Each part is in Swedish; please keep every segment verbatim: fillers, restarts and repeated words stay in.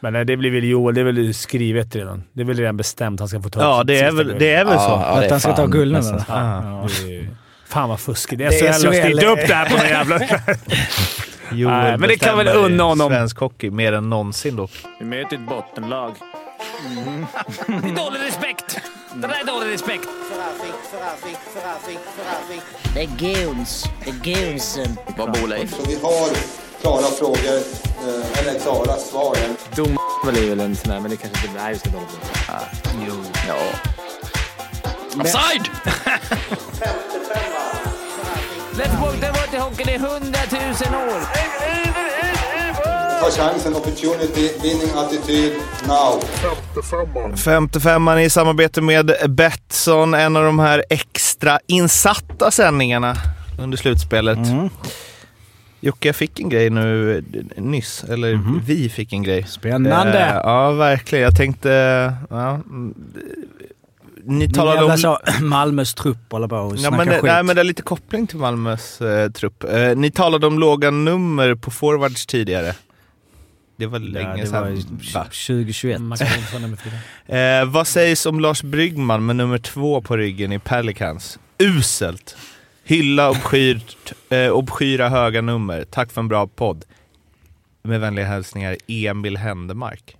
Men nej, det blir väl Joel, det är väl skrivet redan. Det är väl redan bestämt han ska få ta. Ja, det är väl, det är väl ja, så. Ja, att han ska ta guld nu. Ja, ja. Är, fan vad fuskigt. Det är, det så är jävla skrivit upp det här på en jävla... Joel, men det kan väl unna honom. Svensk hockey mer än någonsin då. Vi möter ett bottenlag. Mm. Det är dålig respekt. Det där är dålig respekt. Det är guns. Det är gunsen. Vad bor Leif? Så vi har klara frågor, eller klara svar. Dom är väl en sån här, men det kanske inte blir så dåligt. Ah, jo. Ja. Offside! Let's walk the water hockey, det är hundratusen år. Ta chansen, opportunity, winning attityd, now. femtiofemman i samarbete med Betsson, en av de här extra insatta sändningarna under slutspelet. Mm. Jocke, jag fick en grej nu nyss, eller mm-hmm. vi fick en grej. Spännande! Eh, ja, verkligen. Jag tänkte... Ja, ni talade om... Så, Malmös trupp eller bara ja, men det, nej, men det är lite koppling till Malmös eh, trupp. Eh, ni talade om låga nummer på forwards tidigare. Det var länge ja, det sedan. Var tjugo tjugoett. eh, vad sägs om Lars Bryggman med nummer två på ryggen i Pelicans? Uselt. Hylla obskyrt, eh, obskyra höga nummer. Tack för en bra podd. Med vänliga hälsningar, Emil Händemark.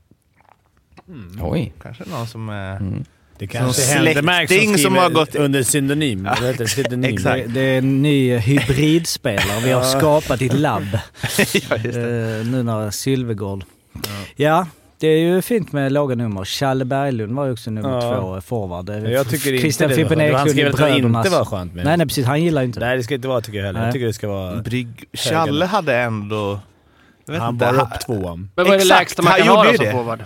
Mm. Oj. Kanske någon som är... Mm. Det kanske är Händemark som, som har gått under synonym. Ja, det, synonym. Exakt. Det är en ny hybridspelare vi har skapat i ett labb. Ja, just det. Uh, nu när Sylvegård. Ja. ja, det är ju fint med låga nummer. Challe Berglund var ju också nummer ja. två forward. Jag tycker Christian inte det var Han skrev att det inte var skönt med. Nej, nej, precis. Han gillar inte det. Nej, det ska inte vara tycker jag heller. Nej. Jag tycker det ska vara... Brygg... Challe hade ändå... Jag vet han inte. Var upp tvåan. Men vad är det lägsta man kan ha då som det. forward?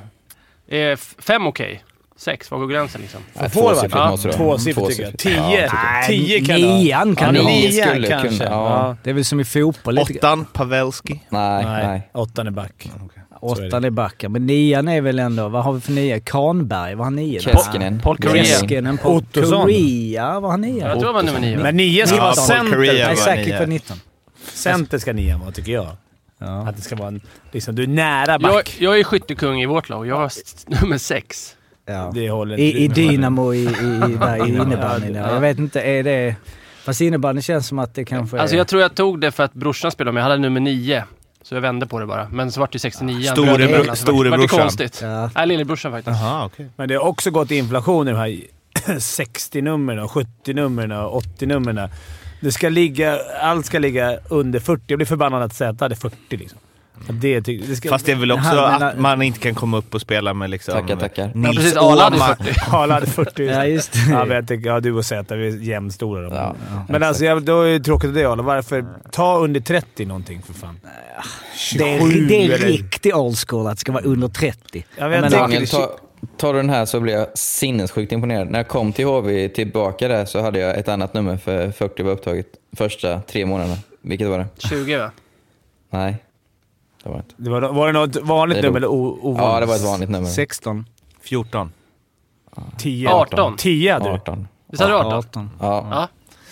Är fem okej? Okay? Sex, vad går gränsen liksom? För forward? Ja, två siffror tycker jag. Tio. Tio kan Nian kan ja, det Nian kanske. Kunna, ja. Ja. Det är väl som i fotboll. Åttan, Pavelski. Nej, nej. nej. Åttan är back. Okay. Åttan är back. Men nian är väl ändå, vad har vi för nia? Kanberg, var han nia? Keskinen. Paul Korea. Keskinen, Paul Korea, var han nia? Jag tror han var nummer nio. Men nio ska vara center. Nej, säkert för nitton. Center ska nian vara, tycker jag. Ja. Att det ska vara en, liksom, du är nära back. Jag, jag är skyttekung i vårt lag. Jag har nummer sex. Ja. Det håller I, i Dynamo i, i, i, i innebandyn. Ja. Jag vet inte, är det... Fast innebandyn känns som att det kanske är... Alltså jag tror jag tog det för att brorsan spelade med. Jag hade nummer nio. Så jag vände på det bara. Men så var det sextionio. Storebrorsan. Alltså, det var konstigt. Ja. Nej, lillebrorsan faktiskt. Aha, okay. Men det har också gått inflation i de här sextio-numren, sjuttio-numren och åttio-numren. Det ska ligga, allt ska ligga under fyrtio. Jag blir förbannad att säga att det är fyrtio liksom. Det, det ska, fast det är väl också här, att man inte kan komma upp och spela med liksom... Tackar, tackar. Nils ja, precis. Arla hade fyrtio. Arla hade fyrtio. Ja, just det. Ja, men jag tycker, ja, du och Zäta, vi är jämnstora. Ja, ja, men alltså, jag, då är det tråkigt att det, Arla. Varför? Ta under trettio någonting, för fan. Det är, det är riktigt old school att det ska vara under trettio. Ja, men Daniel, ta, tar du den här så blir jag sinnessjukt imponerad. När jag kom till H V tillbaka där så hade jag ett annat nummer för fyrtio var upptaget första tre månaderna. Vilket var det? tjugo, va? Nej. Det var, det var, var det något vanligt det nummer eller ovanligt? Ja, det var ett vanligt nummer. sexton. fjorton. tio. arton. tio hade du. arton. Visst hade du arton? arton. Ja. Ja.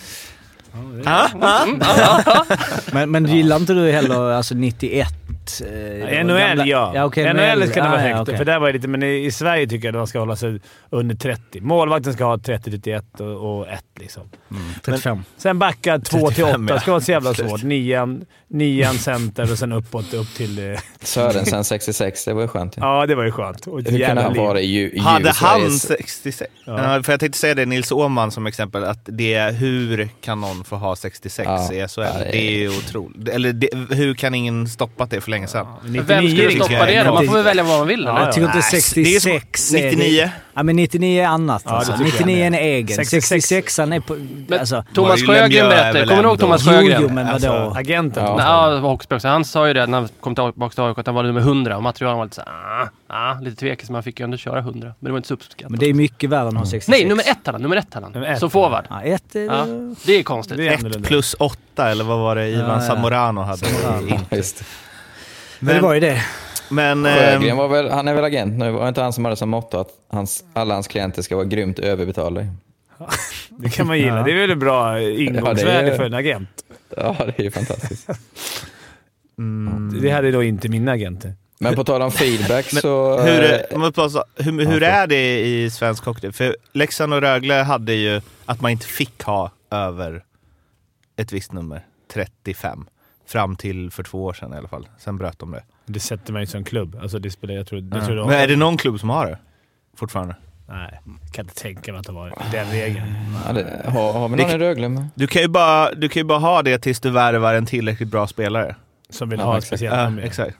Ah, ah. men, men gillar inte du heller alltså nittioett? Eh, N H L, ja. ja okay, N H L kan det vara ah, högt. Ja, okay. För där var det lite, men i, i Sverige tycker jag att man ska hålla sig under trettio. Målvakten ska ha trettio till trettioett och, och ett liksom. Mm. trettiofem. Men sen backa två till åtta. Det ska vara så jävla svårt. Nian, nian center och sen uppåt upp till... Eh. Sörensen sextiosex, det var ju skönt. Ja, ja det var ju skönt. Och hur kunde han vara i ju, hade han sextiosex? Ja. Ja, för jag tänkte säga det, Nils Åhman som exempel, att det är hur kan någon få ha sextiosex ja. i S H L? Ja, det, är... det är ju otroligt. Eller det, hur kan ingen stoppa det för länge sedan? Ja. Vem skulle stoppa det då? Man får väl välja vad man vill. Ja, jag tycker inte sextiosex är nittionio. Ja, men nittionio är annat. Ja, alltså. nittionio är en egen. sextiosex är på... Alltså, Thomas Sjögren berättade. Kommer du ihåg Thomas Sjögren? Jo, men vadå? Alltså, agenten. Ja, ja det var hockeyspelare. Han sa ju det när han kom tillbaka till A I K att han var nummer hundra. Och materialen var lite så ah, ah, lite tvekigt. Så man fick ju ändå köra hundra. Men det var inte så uppskattat. Men det är mycket värre än att ha sextiosex. Nej, nummer ett han. Nummer ett han. Som forward. Ja, ett är... Ja, det är konstigt. Det är ett plus åtta, eller vad var det Ivan ja, ja. Zamorano hade? Zamorano. Ja, just det. Men, men det var ju det. Men, Sjögren var väl, han är väl agent nu. Var inte han som hade som motto att hans, alla hans klienter ska vara grymt överbetalda? Det kan man gilla. Ja. Det är väl ett bra ingångsvärde ja, är... för en agent. Ja, det är ju fantastiskt. Mm. Det hade då inte mina agenter. Men på tal om feedback så... Hur, eh, hur, hur är det i svensk hockey? För Leksand och Rögle hade ju att man inte fick ha över ett visst nummer, trettiofem. Fram till för två år sedan i alla fall. Sen bröt de det. Det sätter man ju som klubb. Alltså det spelar, jag tror, det Ja. tror de... Men är det någon klubb som har det fortfarande? Nej, kan inte tänka mig att det var den regeln. ja, det, har, har vi någon Det- i Rögle med? Du kan ju bara, du kan ju bara ha det tills du värvar en tillräckligt bra spelare. Som vill Ja, ha ett exakt. speciellt Ja, nummer. exakt.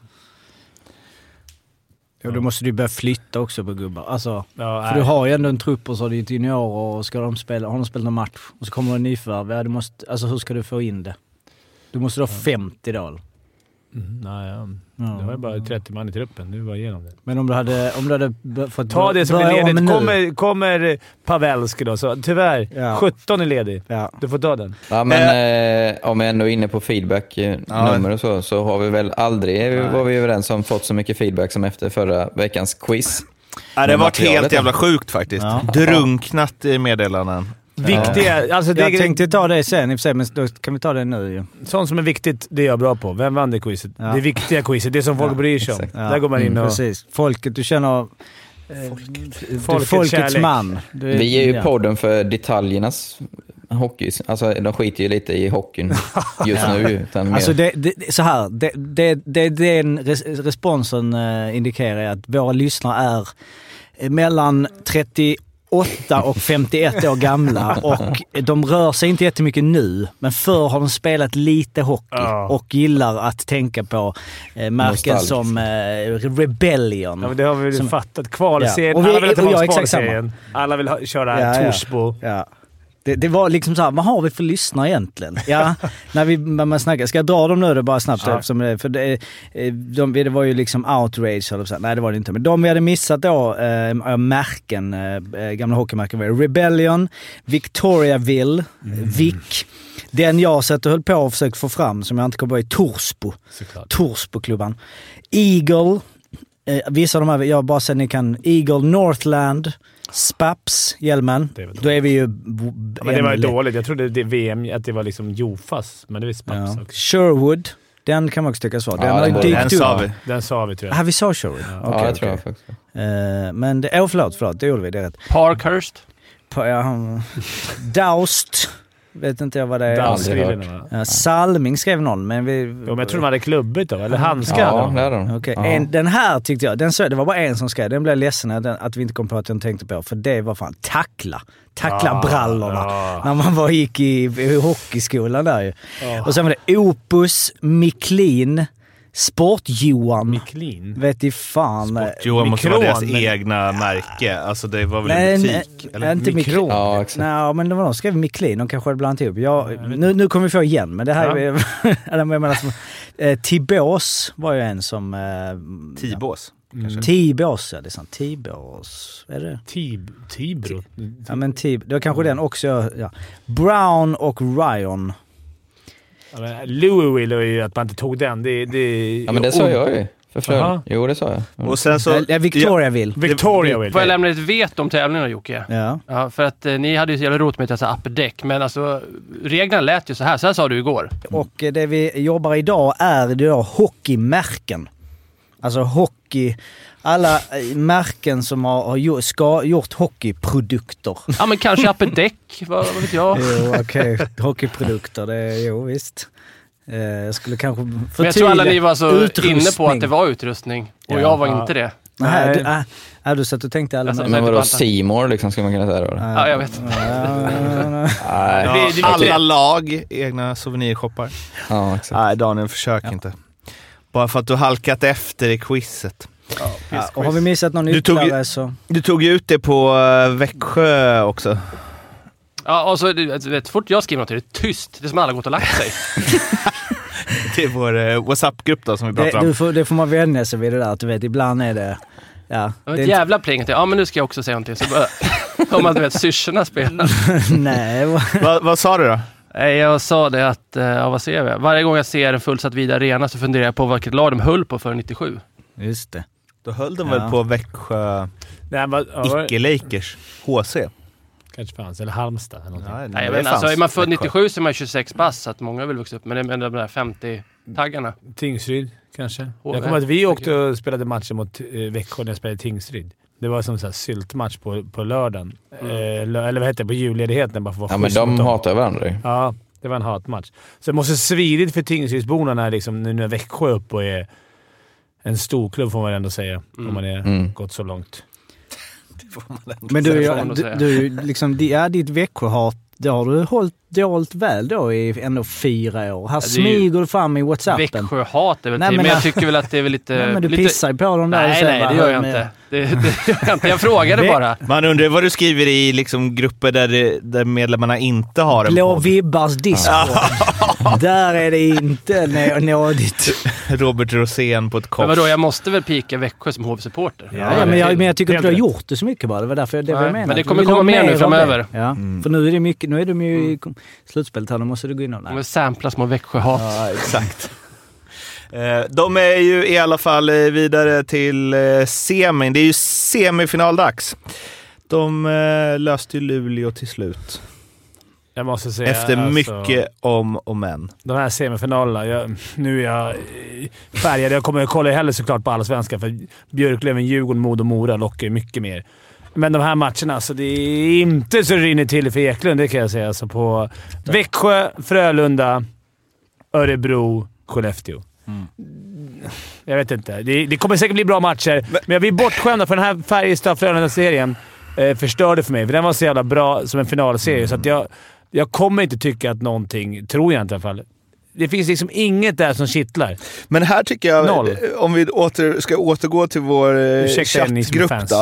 Och då måste du börja flytta också på gubbar. Alltså, Ja, för nej. du har ju ändå en trupp och så har du ett juniorer och ska de spela, har de spelat en match och så kommer det en nyförvärv. Ja, du måste, alltså hur ska du få in det? Du måste ha femtio då. Mm, nej, ja. Ja. Det var ju bara trettio man i truppen. Nu var igenom det. Men om du hade, om du hade b- fått Ta det som är börja om ledigt. nu. Kommer, kommer Pavelski då, så tyvärr. Ja. sjutton är ledig. Ja. Du får ta den. Ja, men eh, om vi ändå är inne på feedback, eh, Ja. nummer och så, så har vi väl aldrig, var vi överens om, fått så mycket feedback som efter förra veckans quiz. Ja, det Men har varit materialet helt då? jävla sjukt faktiskt. Ja. Drunknat i meddelanden. Viktiga, alltså det Jag är tänkte ta det sen i och för sig, men då kan vi ta det nu ju. sånt som är viktigt, det är jag bra på. Vem vann det quizet? Ja. Det viktiga quizet, det som folk Ja, bryr sig om. exakt. Ja. Där går man in Mm, och... precis. Folket, du känner... Eh, du är Folkets folkets kärlek. man. Du, är- Vi är ju ja. podden för detaljernas hockey. Alltså de skiter ju lite i hockeyn just nu. Utan mer. Alltså det, det, så här, det, det, det, den res, responsen eh, indikerar är att våra lyssnare är eh, mellan trettioåtta och femtioett år gamla och de rör sig inte jättemycket nu, men förr har de spelat lite hockey Ja. och gillar att tänka på eh, märken Nostalgiskt. som eh, Rebellion. Ja, men det har vi väl Som- fattat. Kvalserien. Ja. Och vi- Alla vill ha och jag är tillbaka exakt kvalserien. Alla vill ha, köra Ja, ja. Torsbo. Ja. Det, det var liksom så här, vad har vi för lyssnare egentligen? Ja, när vi när man snackar, ska jag dra dem nu då bara snabbt? Ja. Eftersom det, för det, eh, de, det var ju liksom outrage, eller så. Nej det var det inte. Men de vi hade missat då, eh, märken, eh, gamla hockeymärken var Rebellion, Victoriaville, Mm. Vic. Den jag satt och höll på och försökt få fram, som jag inte kom på, i Torsbo. Såklart. Torsbo-klubban. Eagle, eh, vissa av de här, jag bara säger ni kan, Eagle Northland, Spaps, hjälmen. Det är väl Då är vi ju... Ja, men det var ju dåligt. Jag trodde det V M, att det var liksom Jofas, men det är Spaps Ja. också. Sherwood, den kan man också tycka svara. Den Ja, har ju den dykt Den upp. sa vi. Den sa vi, tror jag. Ah, vi sa Sherwood? Ja. Okej, ja, det okej. tror jag faktiskt. Eh, men det... Åh, oh, förlåt, förlåt. Det gjorde vi, det är rätt. Parkhurst. På, ja, han- Daust. Vet inte jag vad det är. Dans aldrig skriver hört. den, va? Ja, Salming skrev någon, men vi... Jo, men jag tror de hade klubbigt då. Eller handskar. Ja, hade de. det är de. Okej, Ja. en- den här tyckte jag, den så, det var bara en som skrev, den blev jag ledsen att, den- att vi inte kom på att jag tänkte på, för det var fan tackla. Tackla Ja, brallorna. ja. När man var, gick i, i hockeyskolan där ju. Ja. Och sen var det Opus, Micklin, Sport-Johan. Micklin. Vet i fan. Johan måste vara Mikron, deras men- egna märke. Alltså det var väl Nej, en nej, butik? Eller? inte Mikron. Mikron. Ja, exakt. Nej, men det var någon som skrev Micklin. De kanske hade blandat ihop. Jag, nu, nu kommer vi få igen, men det här Ja. är... jag menar, som, eh, Tibås var ju en som... Eh, Tibås. Mm. Tibås, ja det är sant. Tibås. Är det? Tib, Tibro. Ja men Tib... Det var kanske den också. Ja. Brown och Ryan. Ja, men Louisville är ju att man inte tog den. Det, det, Ja, men det sa jag ju. För Aha. Frölunda. Jo, det sa jag. Mm. Och sen så... Så, ja, Victoriaville. Victoria vill. Får jag lämna ett veto om tävlingen, Jocke? Ja. Ja, för att eh, ni hade ju så jävla roligt med att säga upper deck, men alltså reglerna lät ju så här. Så här sa du igår. Och eh, det vi jobbar idag är det då hockeymärken. Alltså hockey... Alla eh, märken som har, har gjort, ska, gjort hockeyprodukter. Ja, men kanske upper deck, vad, vad vet jag? Jo, okej. Hockeyprodukter, det är jo visst. Eh, jag skulle kanske Men jag tror alla ni var så utrustning. inne på att det var utrustning. Och Ja. jag var Ja. inte det. Nej, Nej. du, äh, äh, du satt och tänkte alla... Alltså, med- Men vadå, Baltan. Seymour liksom, ska man kunna säga då? Ja, jag vet. Ja, ja, ja. Nej. Ja, Det- det- alla lag, egna souvenirshoppar. Ja, exakt. Nej, Daniel, försök inte. Bara för att du halkat efter i quizet. Ja, och har vi missat någon Du tog ju- ytterligare så... Du tog ju ut det på uh, Växjö också. Ja, och så du vet, fort jag skriver något är det tyst. Det är som alla gått och lagt sig. Det är vår uh, WhatsApp-grupp då som vi Det, pratar om. du får, det får man vänja sig vid det där, att du vet, ibland är det... Ja, Det var det ett är jävla pling. att jag, Ja, men nu ska jag också säga någonting. Så bara, om att du vet, syrsorna spelar. inte... Nej, vad- Va, vad sa du då? Nej, jag sa det att, eh, ja, vad ser vi? Varje gång jag ser en fullsatt Vida Arena så funderar jag på vilket lag de höll på för nittiosju. just det. Då höll de Ja. väl på Växjö Nej, men, ja, Icke-Lakers, H C. Kanske fanns, eller Halmstad eller någonting. Nej, Nej, jag vet, alltså, är man född nittiosju så är man tjugossex bass, så att många har väl vuxit upp. Men det är de där femtio-taggarna. Tingsryd kanske. Oh, jag kommer att vi åkte och spelade matcher mot eh, Växjö när jag spelade Tingsryd. Det var som en syltmatch på, på lördagen. Mm. Eh, eller vad heter det? På julledigheten. Bara för att ja, men de hatar varandra. Ja, det var en hatmatch. Så det måste svidigt för Tingsrydsborna när liksom, nu är Växjö upp och är en stor klubb får man ändå säga. Mm. Om man är mm. gått så långt. Men du, jag, du, du liksom, ja, ditt Växjö-hat, det har du hållit dolt väl då i ändå fyra år. Här ja, smyger du fram i WhatsAppen. Växjö-hat är väl nej, till, men, men jag tycker väl att det är väl lite... Nej, men du lite... pissar ju på dem där. Nej, nej, det gör jag inte. Det, det gör jag inte. Jag frågade bara. Man undrar vad du skriver i liksom, grupper där, det, där medlemmarna inte har en Blå podd. Vibbars Discord. Där är det inte nådigt. Robert Rosén på ett kors. Men vadå, jag måste väl pika Växjö som H V-supporter. Ja, ja, men, jag, men jag tycker inte du har gjort det så mycket bara. Det var därför det var jag menade. Men det kommer komma mer nu framöver. Ja, mm. För nu är det mycket, nu är de ju i slutspelet här, då måste du gå in och... De är sampla små Växjö-hat. Ja, exakt. De är ju i alla fall vidare till semin. Det är ju semifinaldags. De löste ju Luleå till slut. Jag måste säga, efter alltså, mycket om och men. De här semifinalerna, jag, nu är jag färgad. Jag kommer att kolla hellre såklart på Allsvenskan, för Björklöven, Djurgården, Modo och Mora lockar mycket mer. Men de här matcherna, alltså, det är inte så rinner till för Eklund, det kan jag säga. Alltså på Växjö, Frölunda, Örebro, Skellefteå. Mm. Jag vet inte. Det, det kommer säkert bli bra matcher, men, men jag blir bortskämd för den här Färjestad-Frölunda-serien eh, förstörde för mig. För den var så jävla bra som en finalserie, mm. så att jag, jag kommer inte tycka att någonting, tror jag inte i alla fall. Det finns liksom inget där som kittlar. Men här tycker jag, Noll. om vi åter, ska återgå till vår eh, chattgrupp då.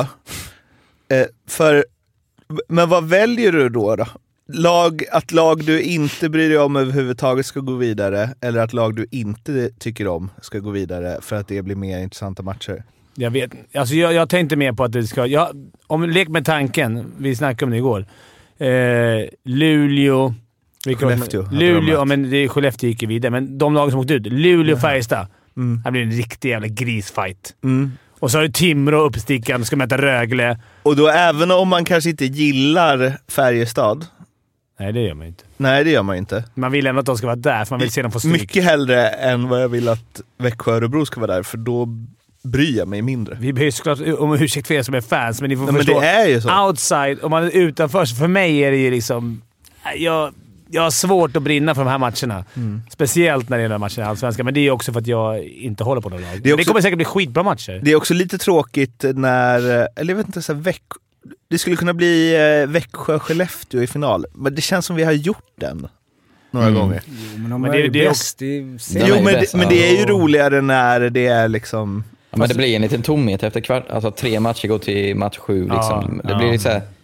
Eh, för, men vad väljer du då? då? Lag, att lag du inte bryr dig om överhuvudtaget ska gå vidare, eller att lag du inte tycker om ska gå vidare för att det blir mer intressanta matcher? Jag vet. Alltså jag, jag tänkte mer på att det ska... Jag, om lek med tanken, vi snackade om det igår. Eh, Luleå... Skellefteå. Luleå, ja, men det är Skellefteå gick vidare, men de lag som åkte ut. Luleå och Färjestad. Mm. Det blir en riktig jävla grisfight. Mm. Och så har du Timrå och uppstickan, ska möta Rögle. Och då även om man kanske inte gillar Färjestad... Nej, det gör man inte. Nej, det gör man inte. Man vill ändå att de ska vara där, för man vill se dem få stryk. Mycket hellre än vad jag vill att Växjö och Örebro ska vara där, för då bryr jag mig mindre. Vi behöver såklart om ursäkt för er som är fans, men ni får Nej, förstå. Men det är ju så. Outside, om man är utanför, så för mig är det ju liksom... Jag, jag har svårt att brinna för de här matcherna. Mm. Speciellt när det gäller matcherna i Allsvenskan, men det är också för att jag inte håller på de lag. Det, också, det kommer säkert bli skitbra matcher. Det är också lite tråkigt när... Eller jag vet inte, så här, Växjö... Det skulle kunna bli eh, Växjö-Skellefteå i final. Men det känns som vi har gjort den några mm. gånger. Jo, men, de men det, det är bäst i jo, men, det, men det är ju roligare när det är liksom... Ja, men det blir en liten tomhet efter kvart. Alltså tre matcher går till match sju. Liksom. Ja, det blir ja. lite så här...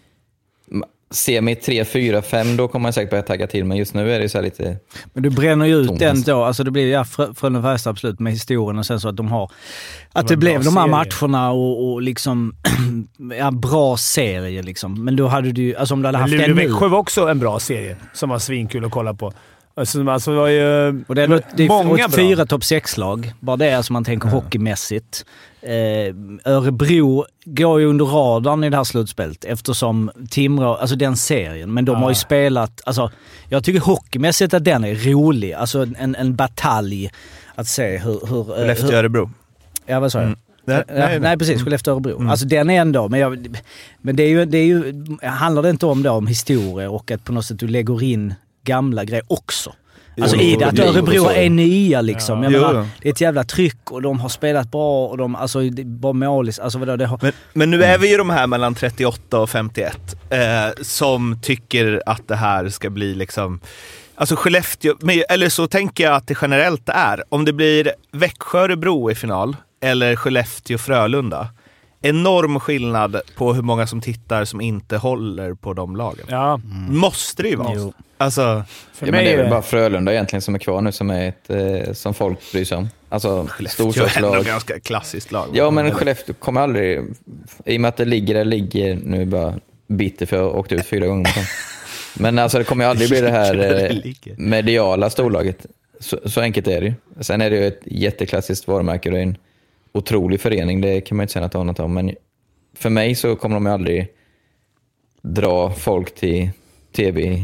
Semi tre, fyra, fem, då kommer man säkert börja tagga till. Men just nu är det så här lite... Men du bränner ju ut den då. Alltså det blir ja, Frölunda Färjestad absolut med historien och sen så att de har... Att det, det blev de här matcherna och, och liksom... ja, bra serie liksom. Men då hade du alltså om du hade haft en nu... Växjö var också en bra serie som var svinkul att kolla på. Alltså, alltså det var ju... Och det är, det är många fyra topp sex-lag. Bara det är som man tänker mm. hockeymässigt. Eh, Örebro går ju under radarn i det här slutspelet eftersom Timrå, alltså den serien, men de ah. har ju spelat, alltså jag tycker hockeymässigt att den är rolig, alltså en, en batalj att se hur... hur Skellefteå Örebro. Ja, vad sa jag? Mm. Nej, ja, nej, nej, precis. Skellefteå Örebro. Mm. Alltså den är ändå, men, jag, men det är ju, det är ju, handlar det inte om det om historia och att på något sätt du lägger in gamla grejer också? Alltså jo, i det att Örebro är nya liksom. Ja. Jag menar, det är ett jävla tryck och de har spelat bra och de, alltså bara målis, alltså vadå, det har... men, men nu är vi ju de här mellan trettioåtta och femtioett eh, som tycker att det här ska bli liksom... Alltså Skellefteå, eller så tänker jag att det generellt är. Om det blir Växjö-Örebro i final eller Skellefteå-Frölunda, enorm skillnad på hur många som tittar som inte håller på de lagen. Ja. Mm. Måste det ju vara. Jo. Alltså, för ja, mig men det är väl bara Frölunda egentligen som är kvar nu, som är ett eh, som folk bryr sig om. Alltså storstadslag. Det är ganska klassiskt lag. Ja, men Skellefteå kommer aldrig, i och med att det ligger där ligger nu bara bitter för jag åkt ut fyra gånger. Men alltså det kommer ju aldrig bli det här eh, mediala storlaget. Så, så enkelt är det ju. Sen är det ju ett jätteklassiskt varumärke och en otrolig förening, det kan man inte säga något annat om. Men för mig så kommer de ju aldrig dra folk till tv.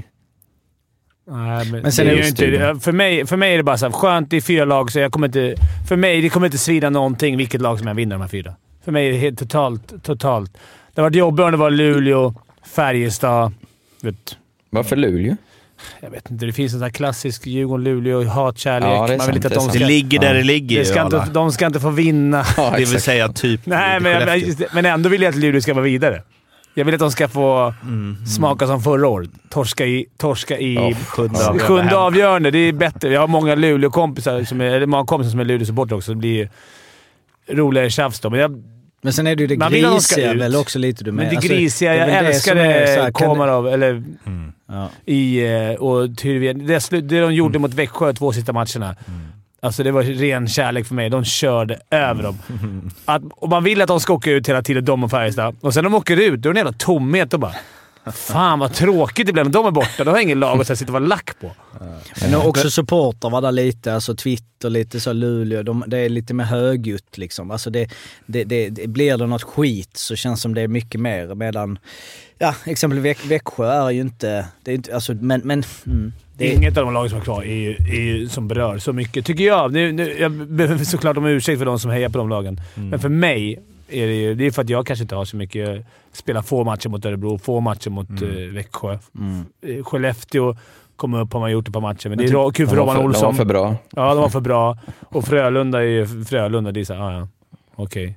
Nej, men, Men sen det är är det ju inte, för, mig, för mig är det bara så här, skönt i fyra lag, så jag kommer inte... För mig det kommer inte svida någonting vilket lag som jag vinner de här fyra. För mig är det helt totalt... totalt. Det var jobbigt om det var Luleå, Färjestad... Vet. Varför Luleå? Jag vet inte. Det finns en sån här klassisk Djurgården-Luleå hatkärlek. Ja, det är Man vill sant, inte att det är de sant. ska... Det ligger där Ja. det ligger Det ska ju, inte, alla. de ska inte få vinna. Ja, Det vill exakt. säga typ... Nej, men, jag, Skellefteå. men ändå vill jag att Luleå ska vara vidare. Jag vill att de ska få Mm. smaka som förra året. Torska i, torska i Ja, sjunde sjunde, avgörande. sjunde avgörande. Det är bättre. Jag har många Luleå-kompisar, som är, eller många kompisar som är Luleå-supportrar också. Det blir roligare tjafs då. Men, jag, Men sen är det ju det Man vill att de ska grisiga ut. väl också lite du med. men det Alltså, grisiga, det är jag väl det älskar som är så här, det. kan Komarov, eller Mm. Ja. i... eh, Och Tyrvien. Det, slu- det de gjorde mot Växjö två sista matcherna. Alltså det var ren kärlek för mig. De körde över dem. Att, och man vill att de ska åka ut hela tiden, de och Färjestad. Och sen när de åker ut, då är det en jävla tomhet och bara... Fan vad tråkigt det blev när de är borta. De har ingen lag att sitta och vara lack på. Men också supporter var där lite, alltså Twitter lite så Luleå, de, det är lite mer högljutt liksom. Alltså det, det, det, det blir det något skit så känns som det är mycket mer, medan ja, exempelvis Väx- Växjö är ju inte, det är inte, alltså men, men mm, det är, Inget av de lag som är kvar är ju, är ju som berör så mycket, tycker jag. Nu, nu, jag behöver såklart om ursäkt för de som hejar på de lagen. Mm. Men för mig är det ju... Det är för att jag kanske inte har så mycket... Jag spelar få matcher mot Örebro, få matcher mot Mm. eh, Växjö. mm. Eh, Skellefteå kommer upp, har man gjort ett par matcher. Men det är Men ro- kul för De var Robban för, de var Olsson. för bra. Ja, de var för bra. Och Frölunda är ju Frölunda. Det är såhär, ja ja. Okej.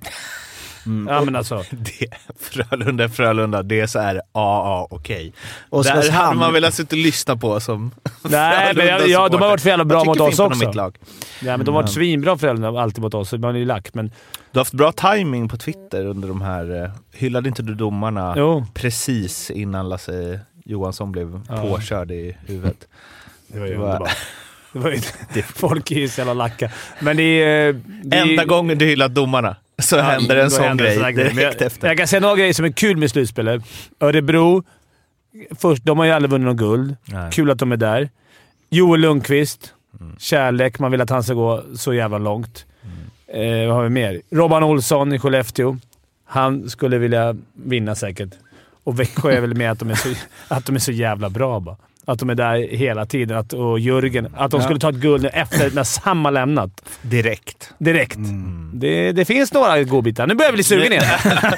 Mm. Ja, men alltså. Det, Frölunda, Frölunda, det är så här, ja, ja, okej. Där Oskarshamn- hade man velat sitta och lyssna på som Nej, men jag, ja, de har varit för jävla bra Jag mot tycker oss Fimpen har också. mitt lag. Ja, men de har varit svinbra Frölunda alltid mot oss. Så man är ju lagt, men... Du har haft bra timing på Twitter under de här... eh, Hyllade inte du domarna Jo. precis innan Lasse Johansson blev Ja. påkörd i huvudet? Det var ju Det var- underbart. Det var ju, folk är ju så jävla lacka. Men det är... Det är Enda gången du hyllat domarna så händer en då sån händer en grej sån här grej. Men direkt jag, efter. jag kan säga några grejer som är kul med slutspelet. Örebro, först, de har ju aldrig vunnit någon guld. Nej. Kul att de är där. Joel Lundqvist, kärlek. Man vill att han ska gå så jävla långt. Eh, vad har vi mer? Robban Olsson i Skellefteå. Han skulle vilja vinna säkert. Och Växjö är väl med att de är så, att de är så jävla bra bara. Att de är där hela tiden. Att, och Jörgen. Att de Ja. skulle ta ett guld nu efter när Sam har lämnat. Direkt. Direkt. Det, det finns några godbitar. Nu börjar jag bli sugen igen.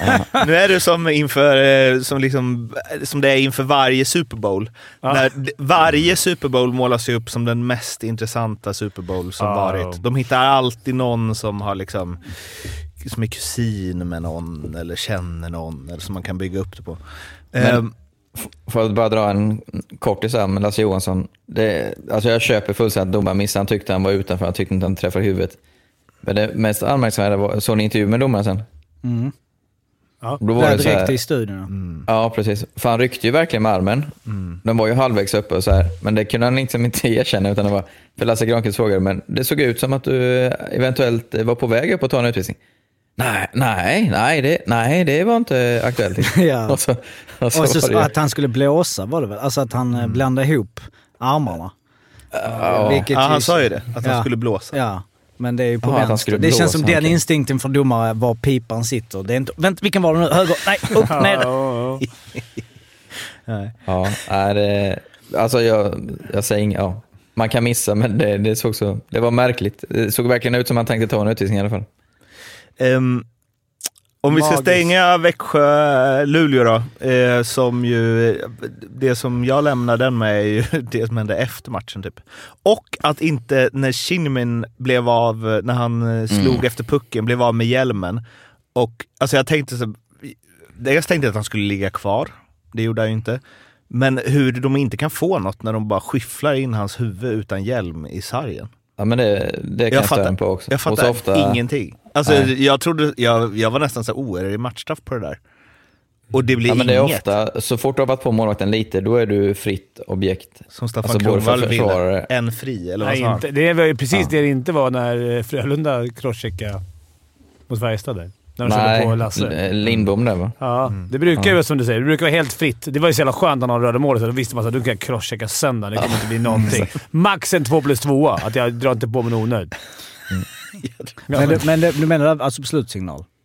Nu är det som inför eh, som, liksom, som det är inför varje Super Bowl. Ja. När d- varje Super Bowl målas ju upp som den mest intressanta Super Bowl som Ja. varit. De hittar alltid någon som har liksom som är kusin med någon eller känner någon eller som man kan bygga upp det på. Men- Ehm, För att bara dra en kortis här med Lasse Johansson. Det, alltså jag köper fullständigt domaren missade. Han tyckte han var utanför. Han tyckte inte han träffade huvudet. Men det mest anmärkningsvärda var, såg ni intervju med domaren sen? Mm. Ja. Då var Där det så direkt här, i studion. mm, ja, precis. För han ryckte ju verkligen med armen. mm. Den var ju halvvägs uppe och så här. Men det kunde han liksom inte erkänna, utan det var för Lasse Granqvist frågade. Men det såg ut som att du eventuellt var på väg upp och ta en utvisning. Nej, nej, nej, det, nej, det var inte aktuellt. Ja. Och så, och så Och så var det ju- att han skulle blåsa var det väl? Alltså att han mm. blandade ihop armarna. Ja. Vilket Ja, han ju- sa ju det, att han Ja. skulle blåsa. Ja, men det är ju på Jaha, att han vänster. skulle Det känns som blåsa, den okej. instinkten för domare var pipan sitter. Det är inte, vänta, vilken var det nu? Höger? Nej, upp, ner. Ja, ja. Nej. Ja, är det, alltså jag, jag säger inget, ja. Man kan missa, men det, det såg så, det var märkligt. Det såg verkligen ut som man tänkte ta en utvisning i alla fall. Ehm, om vi ska Magiskt. stänga Växjö-Luleå då, eh, som ju, det som jag lämnar den med är ju det som hände efter matchen typ. Och att inte när Kinnamin blev av, när han eh, slog Mm. efter pucken, blev av med hjälmen. Och alltså jag tänkte så, jag tänkte att han skulle ligga kvar, det gjorde han ju inte. Men hur de inte kan få något när de bara skyfflar in hans huvud utan hjälm i sargen. Ja, men det, det kan Jag jag störa fattar, på också. jag Och så fattar ofta, ingenting. Alltså Nej. jag trodde, jag, jag var nästan så oh, är det matchstraff på det där? Och det blir ja, men det inget. är ofta, så fort du har varit på målvakten lite, då är du fritt objekt. Som Staffan Alltså, både för Kronwall ville. försvarare- En fri, eller vad Nej, sa han? inte. Det var ju precis Ja. det det inte var när eh, Frölunda crosscheckade mot Färjestad där. När de körde på Lasse. Nej, Lindbom där va? Ja, det brukar ju vara som du säger. Det brukar vara helt fritt. Det var ju så jävla skönt när han rörde målet. Så då visste man att du kan crosschecka sönder. Det kommer inte bli någonting. Max en två plus tvåa. Att jag drar inte på mig onödigt. Men, det, men det, du menar alltså på slutsignal?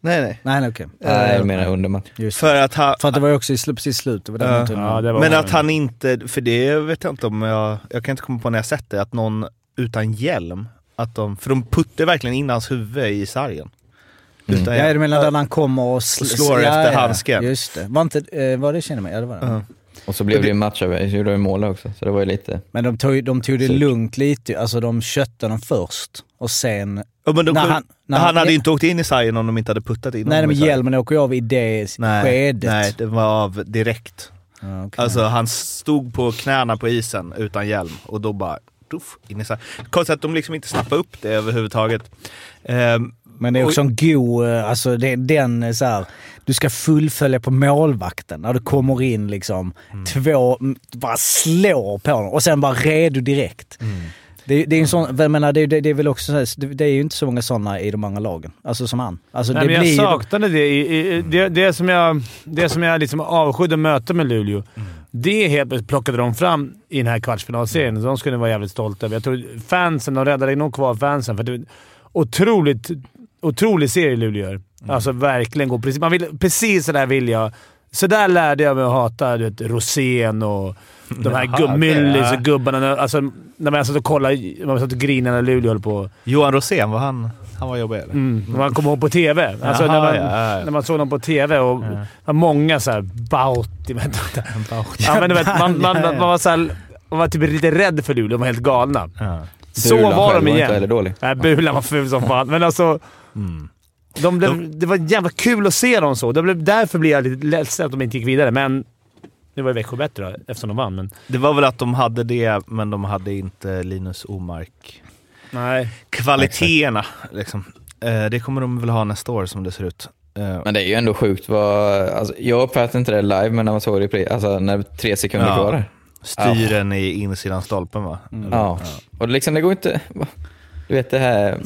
Nej, nej. Nej, nej okej. Nej, jag menar under match. Just För att, ha, För att det var ju också i slut, precis slut. Det var Ja. den Ja, det var men att han inte, för det vet jag inte om jag, jag kan inte komma på när jag sett det, att någon utan hjälm, att de, för de putte verkligen in hans huvud i sargen. Mm. Utan Ja, hjälm. du menar där han kommer och, sl- Och slår ja, efter ja, handsken. Just det. Var inte, eh, var det känner mig? Ja, det var det. Ja. Och så blev det ju match över, så gjorde de mål också. Så det var ju lite... Men de tog, de tog det Surt. lugnt lite. Alltså de köttade dem först. Och sen... Ja, men de, När han, han- när han han- hade inte åkt in i sargen om de inte hade puttat in Nej, honom men i sargen. hjälmen åker ju av i det nej, skedet. nej, det var av direkt. Ja, okej. Alltså han stod på knäna på isen utan hjälm och då bara tuff, in i sargen. Konstigt att de liksom inte snappade upp det överhuvudtaget. Ehm, Men det är också en god, eh, alltså det, den är så här, du ska fullfölja på målvakten när du kommer in liksom, Mm. två, m- bara slår på honom och sen bara redo direkt. Mm. Det, det är en sån, jag menar, det, det, det är väl också så här, det, det är ju inte så många sådana i de andra lagen. Alltså som han. Alltså Nej, det men jag blir saknade det. I, i, det, det som jag, det som jag liksom avskydde möte med Luleå. Mm. Det helt plötsligt plockade de fram i den här kvartsfinalserien. De skulle vara jävligt stolta över. Jag tror fansen, de räddade nog kvar fansen. För det var otroligt, otrolig serie Luleå gör. Alltså verkligen gå precis. Man vill, precis så där vill jag. Så där lärde jag mig att hata du vet, Rosén och de här Jaha, gubb, okej, Myllis ja. och gubbarna. Alltså, när man satt och kollade, man satt och grinade när Luleå höll på. Johan Rosén, var han, han var jobbig eller? Mm. När man kom ihåg på T V. Alltså, Jaha, när, man, ja, ja. när man såg dem på T V och Ja. var många såhär Bauti. Ja, men du vet, man, man, man, var så här, man var typ lite rädd för Luleå. De var helt galna. Ja. Så Bulan var själv de inte igen. heller dålig. Nej, Bulan var ful som fan. Men alltså, Mm. de blev, det var jävla kul att se dem så. Det blev, därför blir jag lite ledsen att de inte gick vidare. Men nu var ju Växjö bättre då, eftersom de vann. Men Det var väl att de hade det, men de hade inte Linus Omark. nej. Kvaliteterna, liksom. Eh, det kommer de väl ha nästa år som det ser ut. Eh, Men det är ju ändå sjukt vad... Alltså, jag uppfattade inte det live, men när man såg det i pri- alltså när tre sekunder Ja. kvar där. styren i insidan stolpen, va? Eller? Ja. Och liksom det går inte... Du vet det här...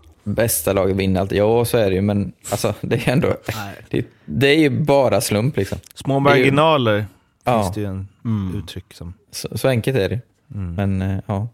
Bästa laget vinner alltid. Ja, så är det ju, men alltså det är ändå... Det, det är ju bara slump liksom. Små Det är ju- marginaler Ja. finns det ju en Mm. uttryck som. Så, så enkelt är det. Mm. Men eh, ja.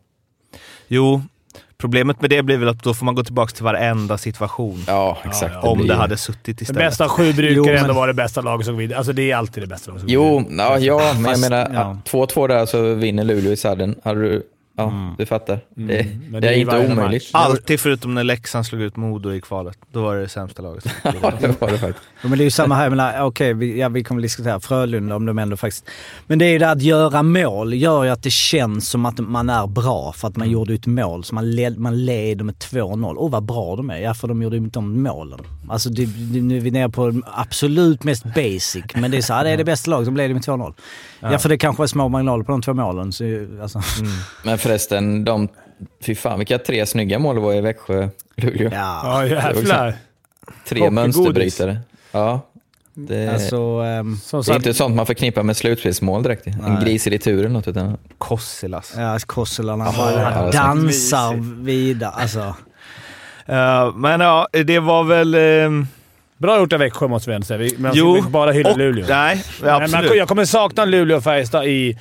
Jo, problemet med det blir väl att då får man gå tillbaka till varenda situation. Ja, exakt. ja. Det Om blir det ju- hade suttit Det istället. bästa av sju brukar Jo, men- ändå vara det bästa laget som går vidare. Alltså det är alltid det bästa laget som går Jo, vidare. ja, ja men jag Fast, menar ja. två två där så vinner Luleå i sadden. Har du... Ja, Mm. du fattar. Det, Mm, men det är ju inte varje omöjligt. match. Alltid förutom när Leksand slog ut Modo i kvalet. Då var det det sämsta laget. Ja, det var det faktiskt. Ja, men det är ju samma här. Men, okej, vi, ja, vi kommer diskutera Frölunda om de ändå faktiskt... Men det är ju det att göra mål gör ju att det känns som att man är bra för att man gjorde ett mål. Så man, led, man leder med två noll. Åh, vad bra de är. Ja, för de gjorde ju inte de målen. Alltså, det, det, nu är vi nere på absolut mest basic. Men det är så här, det är det bästa laget som leder med två noll. Ja. ja, för det kanske var små marginaler på de två målen. Så, alltså. Mm. Men förresten, de... Fy fan, vilka tre snygga mål det var i Växjö, Luleå. Ja, Ja, jävlar. Tre hockeygodis. mönsterbrytare. Ja. Det, alltså... ehm, Som det är sagt, inte sånt man förknippar med slutspelsmål direkt. En Nej. gris i tur eller något. Utan, Kossilas. ja, Kosselarna Jaha, bara ja, det är dansar vidare. Alltså... Uh, men ja, det var väl... ehm, bra gjort av Växjö måste vi ändå säga. Vi- Men Jo, vi bara hylla och, Luleå. Nej, Nej, men absolut. jag kommer sakna Luleå och Färjestad i,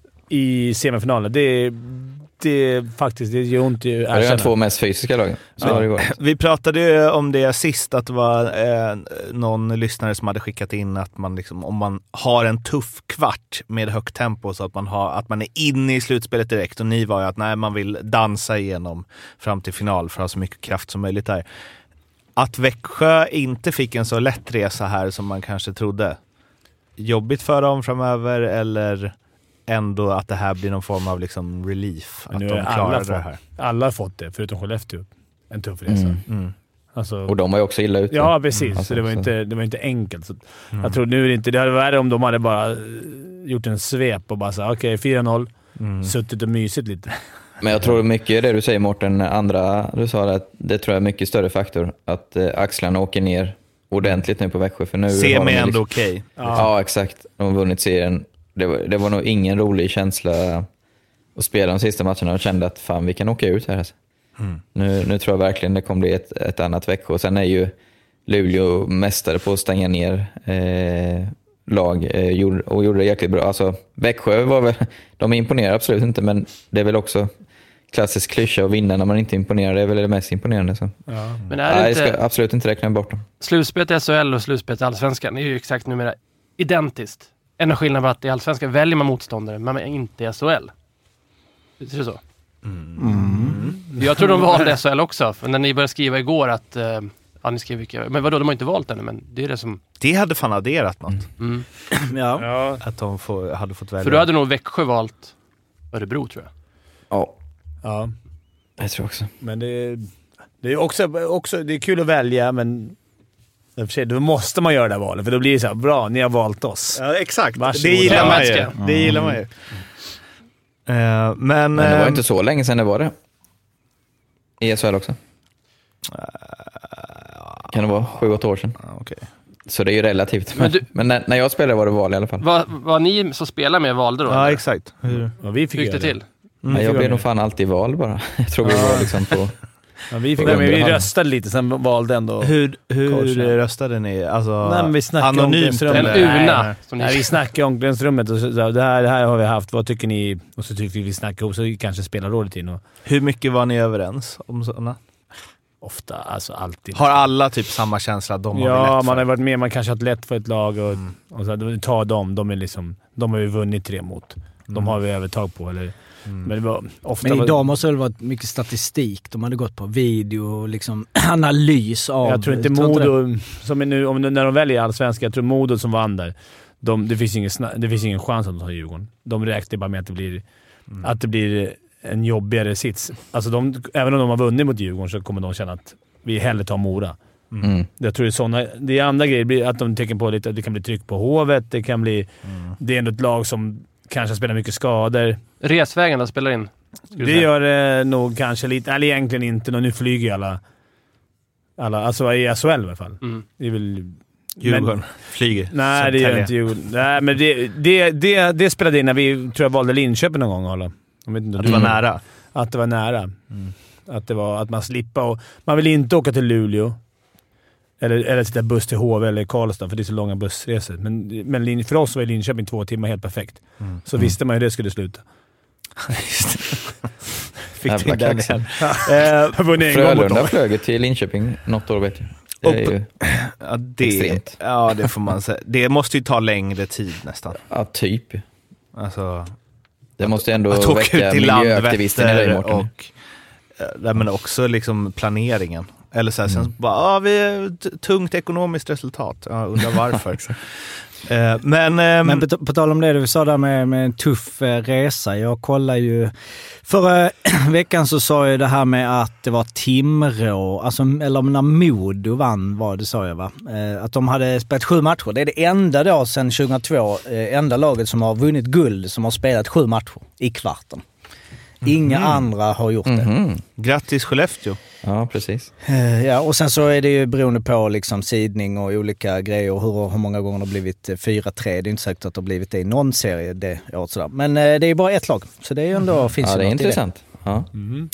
i semifinalen. Det, det faktiskt det gör ont i det är de erkänna. två mest fysiska lagen. Så Ja. har det varit. Vi pratade ju om det sist, att det var eh, någon lyssnare som hade skickat in att man liksom, om man har en tuff kvart med högt tempo så att man, har, att man är inne i slutspelet direkt, och ni var ju att nej, man vill dansa igenom fram till final för att ha så mycket kraft som möjligt där. Att Växjö inte fick en så lätt resa här som man kanske trodde. Jobbigt för dem framöver, eller ändå att det här blir någon form av liksom relief? Men Att nu de är alla klarar fått- det här. Alla har fått det, förutom Skellefteå. En tuff resa. Mm. Mm. Alltså, Och de var ju också illa ute. ja, precis. Mm, så alltså, det var, så- inte, det var inte enkelt. Så Mm. Jag tror nu är det inte... Det hade varit värre om de hade bara eh, gjort en svep och bara sagt okej, okay, fyra noll. Mm. Suttit och mysigt lite. Men jag tror mycket det du säger, Mårten, andra du sa det, att det tror jag är mycket större faktor. Att eh, axlarna åker ner ordentligt nu på Växjö. För nu har Semi de ändå liksom, okej. ja. exakt. De har vunnit serien. Det var, det var nog ingen rolig känsla att spela de sista matcherna och kände att fan, vi kan åka ut här. Alltså. Mm. Nu, nu tror jag verkligen det kommer bli ett, ett annat Växjö. Och sen är ju Luleå mästare på att stänga ner eh, lag eh, gjorde, och gjorde det jäkligt bra. Alltså, Växjö var väl, de imponerar absolut inte, men det är väl också klassisk klyscha att vinna när man inte imponerar. Det är väl det mest imponerande. Så. Ja. Men är det Nej, inte... jag ska absolut inte räkna bort dem. Slutspelet i S H L och slutspelet i Allsvenskan är ju exakt numera identiskt. En skillnad var att i Allsvenskan väljer man motståndare, men inte i S H L. Är det så? Mm. Jag tror de valde S H L också, för när ni började skriva igår att... Uh, ja, ni skrev vilka... Men vadå, de har inte valt ännu, men det är det som... Det hade fan adderat något. Mm. Ja. Ja. Att de får, hade fått välja. För då hade nog Växjö valt Örebro, tror jag. Ja, Ja. jag tror också. Men det, det är också, också det är kul att välja, men i och för sig, då måste man göra det här valet. För då blir det så här, bra, ni har valt oss. Ja, exakt. Varsågod. Det gillar man ju. Mm. Det gillar man ju. Uh, men Men det var uh, inte så länge sedan det var det. I S H L också. Kan det vara sju, åtta år sedan. okay. Så det är ju relativt. Men Men, du- men när, när jag spelade var det val i alla fall. Vad vad ni som spelar med valde då? Ja, eller? exakt. Hur? Ja, vi fick Fick det göra till? Nej, jag blev nog fan alltid val bara. Jag tror vi var liksom på... Ja, vi fick På men vi underhand. röstade lite, sen valde ändå... Hur, hur Coachen. röstade ni? Alltså, Nej, men vi snackade om anonymt? det. En eller? urna. Nej, Som ni... Nej, vi snackade i omklädningsrummet och så, så, det, här, det här har vi haft, vad tycker ni? Och så tyckte vi vi snackade ihop, så kanske spelar rådet in och Hur mycket var ni överens om sådana? ofta, alltså alltid. Har alla typ samma känsla? De har vi Ja, lätt man för? har varit med, man kanske har ett lätt för ett lag och, Mm. och så ta dem, de är liksom, de har vi vunnit tre mot. De Mm. har vi övertag på, eller... Mm. Men det var ofta... Men var- idag måste det väl varit mycket statistik. De hade gått på video och liksom analys av... Jag tror inte det? Modo, som är nu, om, när de väljer allsvenska, jag tror Modo som vann där, de, det, finns ingen, sna- det finns ingen chans att de tar Djurgården. De räknar bara med att det blir, Mm. att det blir en jobbigare sits. Alltså de, även om de har vunnit mot Djurgården så kommer de känna att vi hellre tar Mora. Mm. Jag tror det är såna, det är andra grejer, det blir att de tänker på lite, det kan bli tryck på Hovet, det kan bli... Mm. Det är ändå ett lag som kanske spelar mycket skador. Resvägen då spelar in? skulle du Det säga? gör det nog kanske lite, eller egentligen inte, nu flyger ju alla, alla, alltså i S H L i alla fall. Mm. Det är väl... Djurgården flyger. Nej, det gör inte Djurgården. Nej, men det, det, det, det spelade in när vi, tror jag, valde Linköping någon gång, eller? Jag vet inte, Att du det var var nära. Att det var nära. Mm. Att det var att man slippa och man vill inte åka till Luleå. Eller, eller sitta buss till H V eller Karlstad, för det är så långa bussresor. Men, men Lin- för oss var Linköping två timmar helt perfekt. Mm. Så visste man hur det skulle sluta. Fick Jävla tänka kaxen. igen. Eh, vunnit en gång mot Frölunda dem. flög till Linköping något år, vet jag. Det är Upp. ju Ja, det, Extremt. ja, det får man säga. Det måste ju ta längre tid nästan. ja, typ. Alltså, Det måste ju ändå att åka väcka ut till miljöaktivisterna i dig, Landvetter Mårten. och ja, men också liksom planeringen. Eller så här, Mm. sen bara, ja, vi är t- tungt ekonomiskt resultat. Ja, undrar varför. eh, men ehm, Men på, på tal om det du sa där med, med en tuff eh, resa. Jag kollar ju... Förra veckan så sa jag det här med att det var Timrå, alltså, eller när Modo vann var det, sa jag va? Eh, att de hade spelat sju matcher. Det är det enda då sedan tjugohundratvå, eh, enda laget som har vunnit guld som har spelat sju matcher i kvarten. Inga andra har gjort det. Mhm. grattis Skellefteå. Ja, precis. Eh, Ja, och sen så är det ju beroende på liksom sidning och olika grejer, hur, hur många gånger det har blivit eh, fyra tre. Det är inte säkert att det har blivit det i någon serie det året sådär. Men eh, det är bara ett lag, så det är ju ändå, finns Ja, ju det är något i intressant. Ja. Mhm.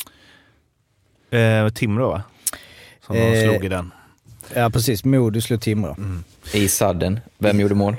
Eh, Timrå, va? Som de Eh, slog i den. Ja, precis. Modo slog Timrå. I sadden. Vem gjorde mål?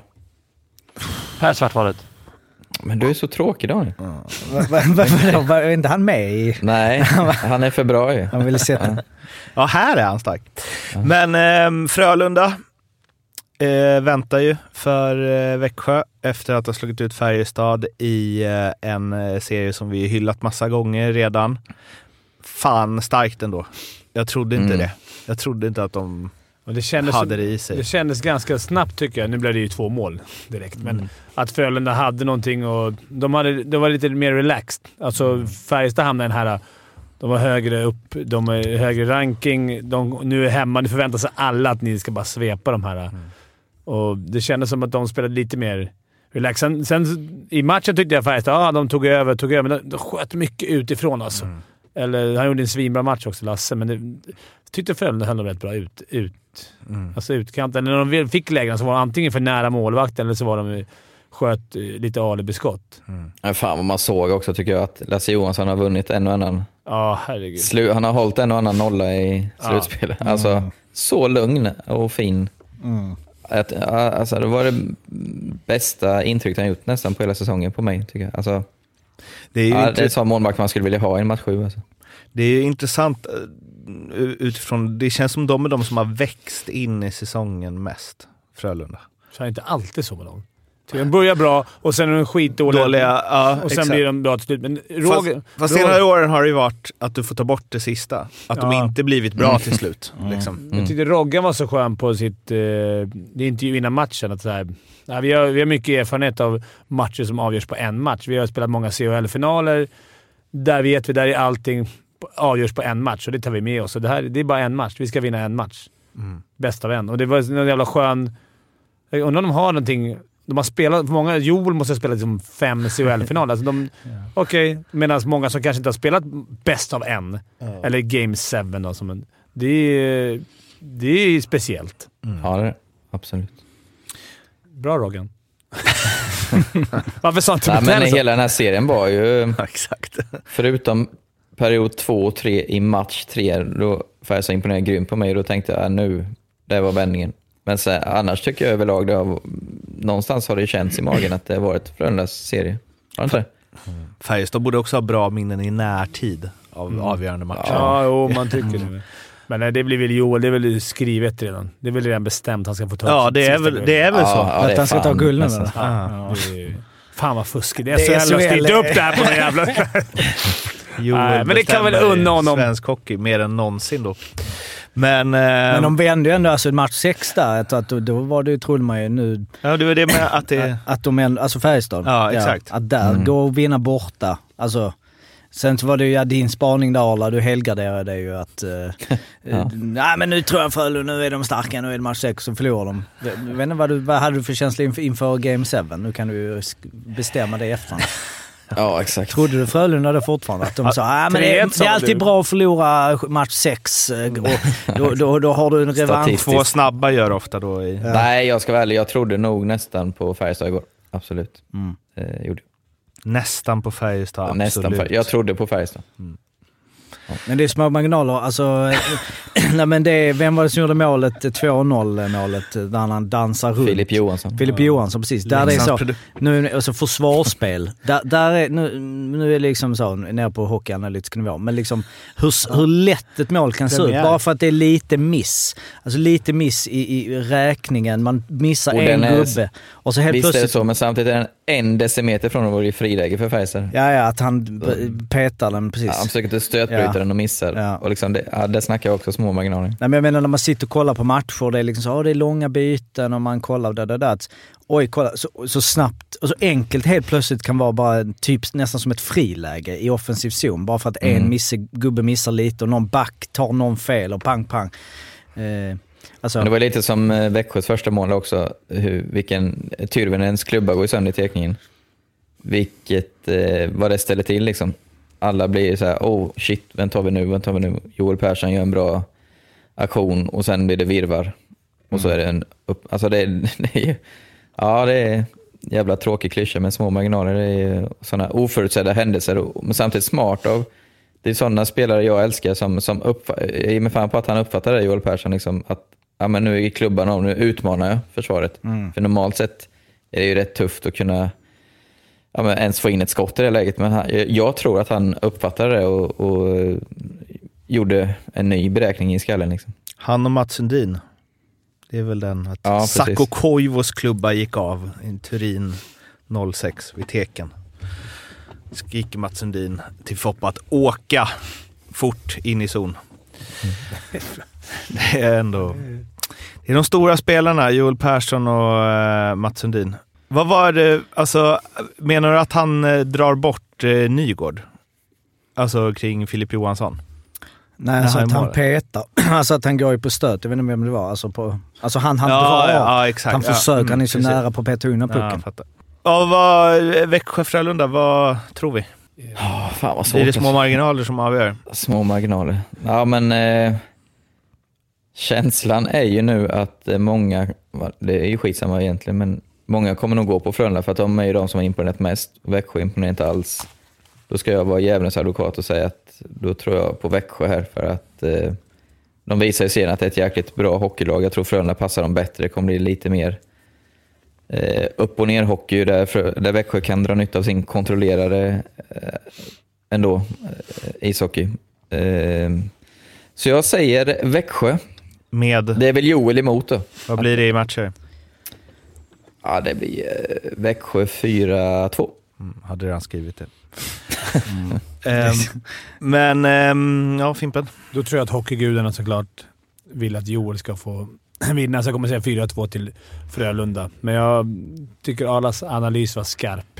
Per Svartvalet. Men du är så tråkig, Daniel. Va- va- va- vadå? Var är inte han med i... Nej, han är för bra ju. Han ville sätta... Ja, här är han stark. Men ehm, Frölunda eh, väntar ju för eh, Växjö efter att ha slagit ut Färjestad i eh, en eh, serie som vi hyllat massa gånger redan. Fan starkt ändå. Jag trodde inte Mm. det. Jag trodde inte att de Och det kändes, hade det i sig. det kändes ganska snabbt tycker jag. Nu blev det ju två mål direkt. Men Mm. att Frölunda hade någonting och de, hade, de var lite mer relaxed. Alltså Färjestad hamnade i den här... De var högre upp, de är högre ranking. De, nu är hemma, nu förväntar sig alla att ni ska bara svepa de här. Mm. Och det kändes som att de spelade lite mer relaxed. Sen, sen i matchen tyckte jag Färjestad, ja de tog över, tog över. Men de, de sköt mycket utifrån alltså. Mm. Eller han gjorde en svinbra match också, Lasse, men det, jag tyckte Frölunda höll dem rätt bra ut. ut Mm. Alltså utkanten. När de väl fick lägena så var de antingen för nära målvakten eller så var de sköt eh, lite alibiskott. Mm. Ja, fan vad man såg också tycker jag att Lasse Johansson har vunnit en och annan. Ja, herregud. Slu- han har hållit en och annan nolla i slutspelet. Mm. Alltså så lugn och fin. Mm. Att, alltså, det var det bästa intrycket han gjort nästan på hela säsongen på mig tycker jag. Alltså, Det är ju Ja, inte... det är så målvakt man skulle vilja ha i en match sju. Alltså. Det är ju intressant utifrån, det känns som de är de som har växt in i säsongen mest, Frölunda. Så är inte alltid så med dem. De börjar bra och sen är de skitdåliga. Dåliga, ja, och sen exakt. blir de bra till slut. Men Roger, fast fast senare åren har det ju varit att du får ta bort det sista. Att Ja. de inte blivit bra till slut. Mm. Liksom. Mm. Jag tyckte Roggan var så skön på sitt eh, det intervju innan matchen. Att så här, ja, vi, har, vi har mycket erfarenhet av matcher som avgörs på en match. Vi har spelat många C H L-finaler. Där vet vi där är allting avgörs på en match och det tar vi med oss. Och det, här, det är bara en match. Vi ska vinna en match. Mm. Bäst av en. Och det var en jävla skön... Jag undrar om de har någonting... De har spelat... Många... Joel måste ha spelat liksom fem C H L-finaler. Alltså de, ja. Okej. Okay, medan många som kanske inte har spelat bäst av en. Ja. Eller Game sju. Då, som en, det, är, det är speciellt. Mm. Ja, det är det. Absolut. Bra, Roggan. Varför sa inte Nej, men så? hela den här serien var ju... Exakt. Förutom period två och tre i match tre, då Färjestad imponerade grymt på mig och då tänkte jag, nu, det var vändningen. Men sen, annars tycker jag överlag, det har, någonstans har det känts i magen att det har varit Frölundas serie. Har inte det? Mm. Färjestad borde också ha bra minnen i närtid av Mm. avgörande matcher. Ja, jo, man tycker det. Men nej, det blir väl Joel, det är väl skrivet redan. Det är väl redan bestämt han ska få ta Ja, sitt det är sista väl, guld. det är väl Ja, så. ja, det är att han ska fan ta guld nu. nästan. eller? Ja, det är, fan vad fuskigt. Det Det är är så jävla S H L. styrt upp det här på någon jävla... Joel Nej, men det kan väl bestämmer unna honom. Svensk hockey mer än någonsin då. Men, eh, Men de vände ju ändå alltså match sex där. Att, att, då, då var det ju, trodde man ju nu... ja, det var det med att det... Att de ändå, alltså Färjestad. Ja, exakt. Att där, Mm. gå och vinna borta. Alltså, sen så var det ju ja, din spaning där, Arla. Du helgarderade det ju att... Eh, Ja. Nej, men nu tror jag för nu är de starka, nu är det match sex så förlorar de. Jag vet inte vad, du, vad hade du för känsla inför, inför Game sju? Nu kan du ju sk- bestämma det i efterhand. Ja, exakt. Trodde du Frölunda det fortfarande? Att de sa ah, men det, är, det är alltid bra att förlora match sex. Och då, då, då har du en revansch. Statistiskt. Två snabba gör ofta då i... Ja. Nej, jag ska vara ärlig. Jag trodde nog nästan på Färjestad igår. Absolut. Mm. Eh, gjorde Nästan på Färjestad, jag. absolut. Nästan Färjestad. Jag trodde på Färjestad. Men det är små marginaler. Alltså, nej, men det är, vem var det som gjorde målet? två noll målet där han dansar runt. Filip Johansson. Filip Johansson, precis. Där det är så, nu, alltså försvarsspel. Där, där är, nu, nu är det liksom så, nere på hockeyanalytisk nivå, men liksom hur, hur lätt ett mål kan se ut. Bara för att det är lite miss. Alltså lite miss i, i räkningen. Man missar Och en den är- gubbe. Och så helt Visst är det plötsligt... så, men samtidigt är den en decimeter från att vara i friläge för Färjestad. Ja, ja, att han p- petar den precis. Ja, han försöker inte stötbryta Ja. den och missar. Ja. Och liksom det, ja, det snackar jag också små marginaler. Nej, men jag menar när man sitter och kollar på matcher, det är liksom så, oh, det är långa byten och man kollar där, där, där. Oj, kolla, så, så snabbt och så enkelt helt plötsligt kan vara bara typ nästan som ett friläge i offensiv zon. Bara för att Mm. en misse, gubbe missar lite och någon back tar någon fel och pang, pang. Eh, alltså, Men det var lite som eh, Växjös första mål också. Hur, vilken Tyrvänens klubba går sönder i tekningen. Vilket, eh, vad det ställer till liksom. Alla blir så här, oh shit, vem tar vi nu, vem tar vi nu? Joel Persson gör en bra aktion och sen blir det virvar. Och så är det en upp, alltså det är, det är ja det är jävla tråkig klyscha med små marginaler. Det är sådana oförutsedda händelser, och, men samtidigt smart av. Det är sådana spelare jag älskar som, som uppfattar, jag ger mig fan på att han uppfattar det, Joel Persson, liksom, att ja, men nu är klubban och nu utmanar jag försvaret. Mm. För normalt sett är det ju rätt tufft att kunna ja, men ens få in ett skott i det läget. Men han, jag tror att han uppfattade det och, och gjorde en ny beräkning i skallen. Liksom. Han och Mats Sundin. Det är väl den att Ja, precis. Sakko Koivos klubba gick av i Turin noll sex vid Teken. Skriker Mats Sundin till Foppa att åka fort in i zon. Det är ändå... Det är de stora spelarna, Joel Persson och uh, Mats Sundin. Vad var det, alltså, menar du att han uh, drar bort uh, Nygård? Alltså kring Filip Johansson? nej, alltså han att han mål. petar. Alltså att han går ju på stöt. Jag vet inte vem det var. Alltså, på, alltså han, han Ja, drar ja, av. ja, exakt. Han Ja. försöker, Mm, han är så precis. nära på att peta undan Ja, pucken. jag fattar. Ja, vad, Växjö Frölunda, vad tror vi? Oh, fan vad svårt. Blir det små alltså. marginaler som avgör? Små marginaler. Ja, men eh, känslan är ju nu att eh, många, det är ju skitsamma egentligen, men många kommer nog gå på Frölunda för att de är ju de som har imponerat mest. Växjö imponerar inte alls. Då ska jag vara djävulens advokat och säga att då tror jag på Växjö här, för att eh, de visar ju sen att det är ett jäkligt bra hockeylag. Jag tror Frölunda passar dem bättre. Det kommer bli lite mer eh, upp- och ner hockey där, för, där Växjö kan dra nytta av sin kontrollerade eh, ändå eh, ishockey. Eh, så jag säger Växjö. Med, Det är väl Joel emot då. vad blir det i matcher? Ja, det blir eh, Växjö fyra två. Mm, hade redan skrivit det. Mm. Ehm, men, ehm, ja, Fimpen. Då tror jag att hockeygudarna såklart vill att Joel ska få vinna. Så jag kommer säga fyra två till Frölunda. Men jag tycker Arlas analys var skarp.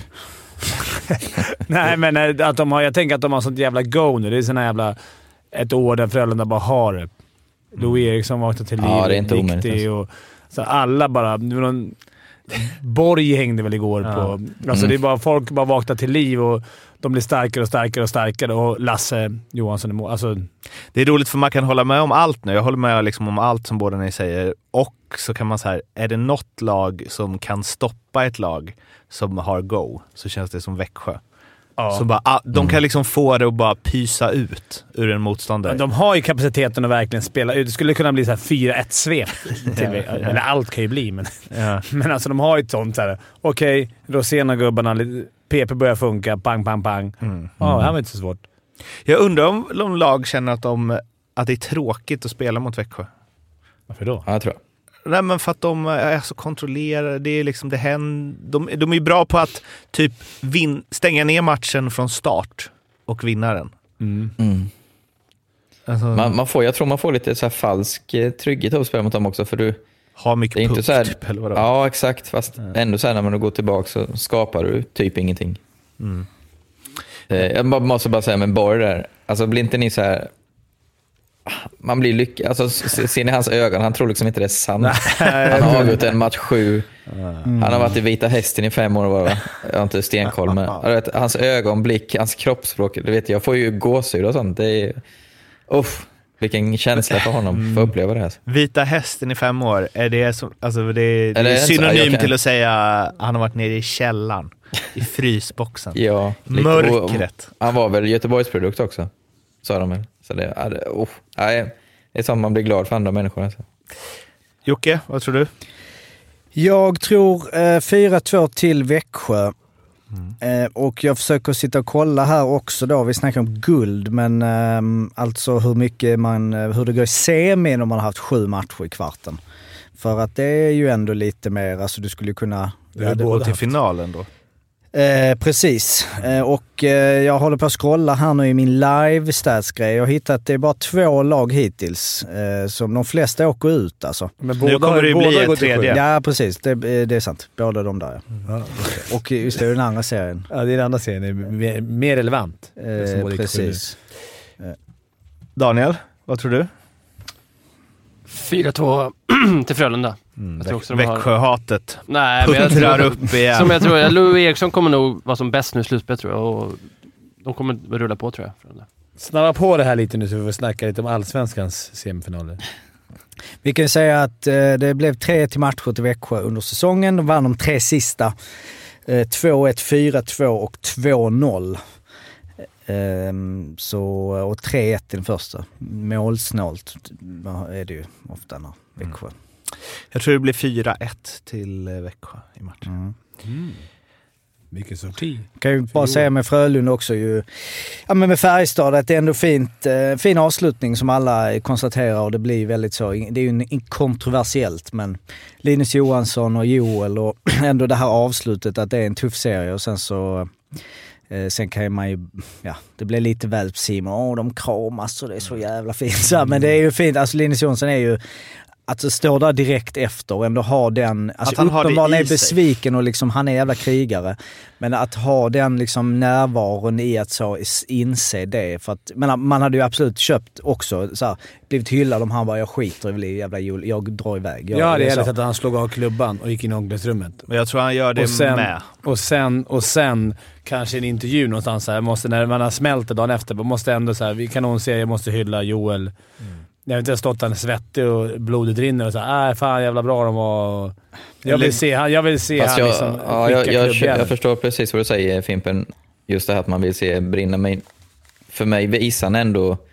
Nej, men att de har, jag tänker att de har sånt jävla go nu. Det är såna jävla ett år där Frölunda bara har det. Louis Eriksson vaknade till liv. Ja, det är inte omöjligt. Och så alla bara... Någon, Borg hängde väl igår ja. på... Alltså Mm. det är bara folk bara vaknar till liv och de blir starkare och starkare och starkare. Och Lasse Johansson är mål. Alltså... Det är roligt för man kan hålla med om allt nu. Jag håller med liksom om allt som båda ni säger. Och så kan man säga, är det något lag som kan stoppa ett lag som har go, så känns det som Växjö. Ja. Så bara, ah, de kan liksom få det att bara pysa ut ur en motståndare. De har ju kapaciteten att verkligen spela ut. Det skulle kunna bli så här fyra ett svep. Till, eller allt kan ju bli, men, Ja. men alltså de har ju ett sånt så här. Okej, okay, Rosena-gubbarna, P P börjar funka, pang, pang, pang. Mm. Ja, det här var inte så svårt. Jag undrar om de lag känner att, de, att det är tråkigt att spela mot Växjö. Varför då? Ja, jag tror jag. Nej, men för att de är så kontrollerade. Det är liksom, det händer, de, de är bra på att typ vin, stänga ner matchen från start och vinna den. Mm. Mm. Alltså, Man, man får, jag tror man får lite så här falsk eh, trygghet av att spela mot dem också, för du... har mycket Det är inte puck, så här, typ, eller vadå? ja, exakt. Fast ändå så här, när man går tillbaka så skapar du typ ingenting. Mm. Eh, jag bara- måste bara säga med Borg där. Alltså blir inte ni så här... Man blir lycklig. Alltså se- ser ni hans ögon? Han tror liksom inte det är sant. Han har avgjort en match sju. Han har varit i Vita Hästen i fem år bara. Jag har inte stenkoll, men jag vet, hans ögonblick, hans kroppsspråk, du vet, jag får ju gåshud och sånt. Det är... Uff, vilken känsla för honom för att uppleva det här. Vita hästen i fem år, är det, som, alltså, det, är, det Eller är är det så? synonym Jag kan- till att säga att han har varit nere i källaren, i frysboxen. Ja, lite- Mörkret. och- Han var väl Göteborgsprodukt också, sa de väl. Så det, ja, det, oh, nej, det är som man blir glad för andra människor. Alltså. Jocke, vad tror du? Jag tror eh, fyra två till Växjö. Eh, och jag försöker sitta och kolla här också då. Vi snackar om guld, men eh, alltså hur mycket man, hur det går i semi om man har haft sju matcher i kvarten. För att det är ju ändå lite mer, alltså du skulle kunna... Du hade gå till finalen då. Eh, precis. Eh, och eh, jag håller på att scrolla här nu i min live-stats-grej. Jag har hittat att det är bara två lag hittills eh, som de flesta åker ut alltså. Men Nu kommer det ju bli ett tredje. Ja, precis. Det, det är sant. Båda de där, ja. Ja, Och just det, den andra serien. ja, det är den andra serien. Det är mer, mer relevant. Som Eh, både precis. Daniel, vad tror du? fyra två till Frölunda. Mm, Jag tror också de har- Växjöhatet Nej, men jag puttrar tror, upp igen. som jag tror, Louis Eriksson kommer nog vara som bäst nu i slutspelet, tror jag. Och de kommer rulla på, tror jag. Frölunda. Snabba på det här lite nu så vi får snacka lite om allsvenskans semifinaler. Vi kan säga att eh, det blev tre till matcher till Växjö under säsongen. De vann de tre sista. Eh, två ett, fyra två och två noll. Eh, så, och tre ett i den första. Målsnålt är det ju ofta när Växjö. Jag tror det blir fyra ett till eh, Växjö i matchen. Mm. Mm. Vilken sorti. Kan ju bara säga med Frölunda också ju, ja men med Färjestad att det är ändå fint, eh, fin avslutning som alla konstaterar och det blir väldigt så, det är ju en, kontroversiellt men Linus Johansson och Joel och ändå det här avslutet att det är en tuff serie och sen så eh, sen kan man ju, ja det blir lite väl Simon, åh de kramas och det är så jävla fint så här, men det är ju fint, alltså Linus Johansson är ju att stå där direkt efter och ändå ha den, alltså han har det uppenbarligen i är besviken och liksom, han är jävla krigare. Men att ha den liksom närvaron i att så inse det. För att, men man hade ju absolut köpt också, så här, blivit hyllad om han bara, jag skiter i jävla jul, jag drar iväg. Jag, Ja, det är så. att han slog av klubban och gick in i omklädningsrummet. Men jag tror han gör det Och sen, med. och sen, och sen kanske en intervju någonstans här, måste, när man har smält det dagen efter, man måste ändå så här, vi kan nog se, jag måste hylla Joel. Mm. Jag har inte stått där svettig och blodet rinner och så här, äh, fan jävla bra de var. Jag vill se han, jag vill se Fast han jag, liksom ja, jag, skicka jag, klubbjäveln. jag förstår precis vad du säger, Fimpen. Just det här att man vill se brinna. Men för mig visar han ändå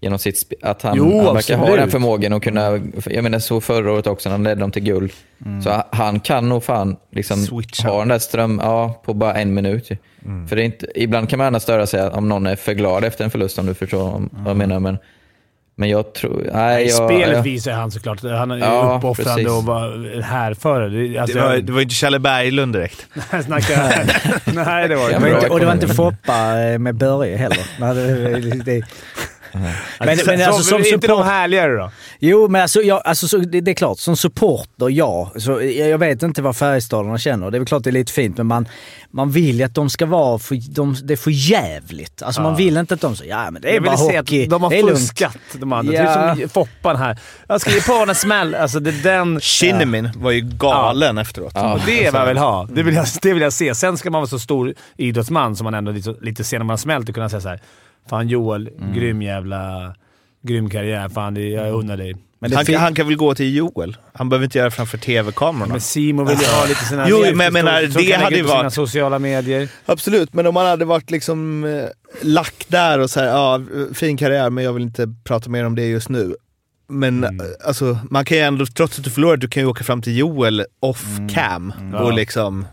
genom sitt sp- att han, Jo, han verkar ha absolut. den förmågan att kunna, jag menar så förra året också när han ledde dem till guld. Mm. Så han kan nog fan liksom Switcha. ha den där ström ja, på bara en minut. Mm. För det är inte, ibland kan man gärna störa sig om någon är för glad efter en förlust, om du förstår mm. vad jag menar. Men, men jag tror... Nej, I jag, spelet jag, visar han såklart. Han är ja, uppoffrande precis. och var härförare. Alltså, Det var, det var inte Kjelle Berglund direkt. snacka, nej, det var Det det var bra inte, och det var inte kommun. Foppa med Börje heller. Nej, det, det, det. Men, men, men alltså, som inte support, de härligare då? jo, men alltså, jag, alltså så, det, det är klart, som supporter, ja. Så, jag, jag vet inte vad Färjestadarna känner. Det är väl klart det är lite fint, men man, man vill ju att de ska vara för, de, det är för jävligt. Alltså Ja. man vill inte att de så, ja men det är Jag bara vill se hockey. att de har det är lugnt. fuskat, de andra. Ja. Typ som Foppan här. Jag ska ge på en smäll. Alltså det är den... Shinnimin var ju galen efteråt. Ja. Och det är vad jag vill ha. Det vill jag, det vill jag se. Sen ska man vara så stor idrottsman som man ändå lite, lite ser när man har smält och kunna säga så här: fan Joel, mm. grym jävla... Grym karriär. Fan, det, jag undrar dig. Men det Han, fin- han kan väl gå till Joel? Han behöver inte göra det framför tv-kamerorna. Men Simon vill ju ha lite sina... Jo, men jag menar, som det kan hade lägga ju ut på sina varit- sociala medier. Absolut, men om man hade varit liksom eh, lack där och så här, ja, fin karriär, men jag vill inte prata mer om det just nu. Men Mm. eh, alltså, man kan ju ändå, trots att du förlorat, du kan ju åka fram till Joel off-cam Mm. och Ja. liksom...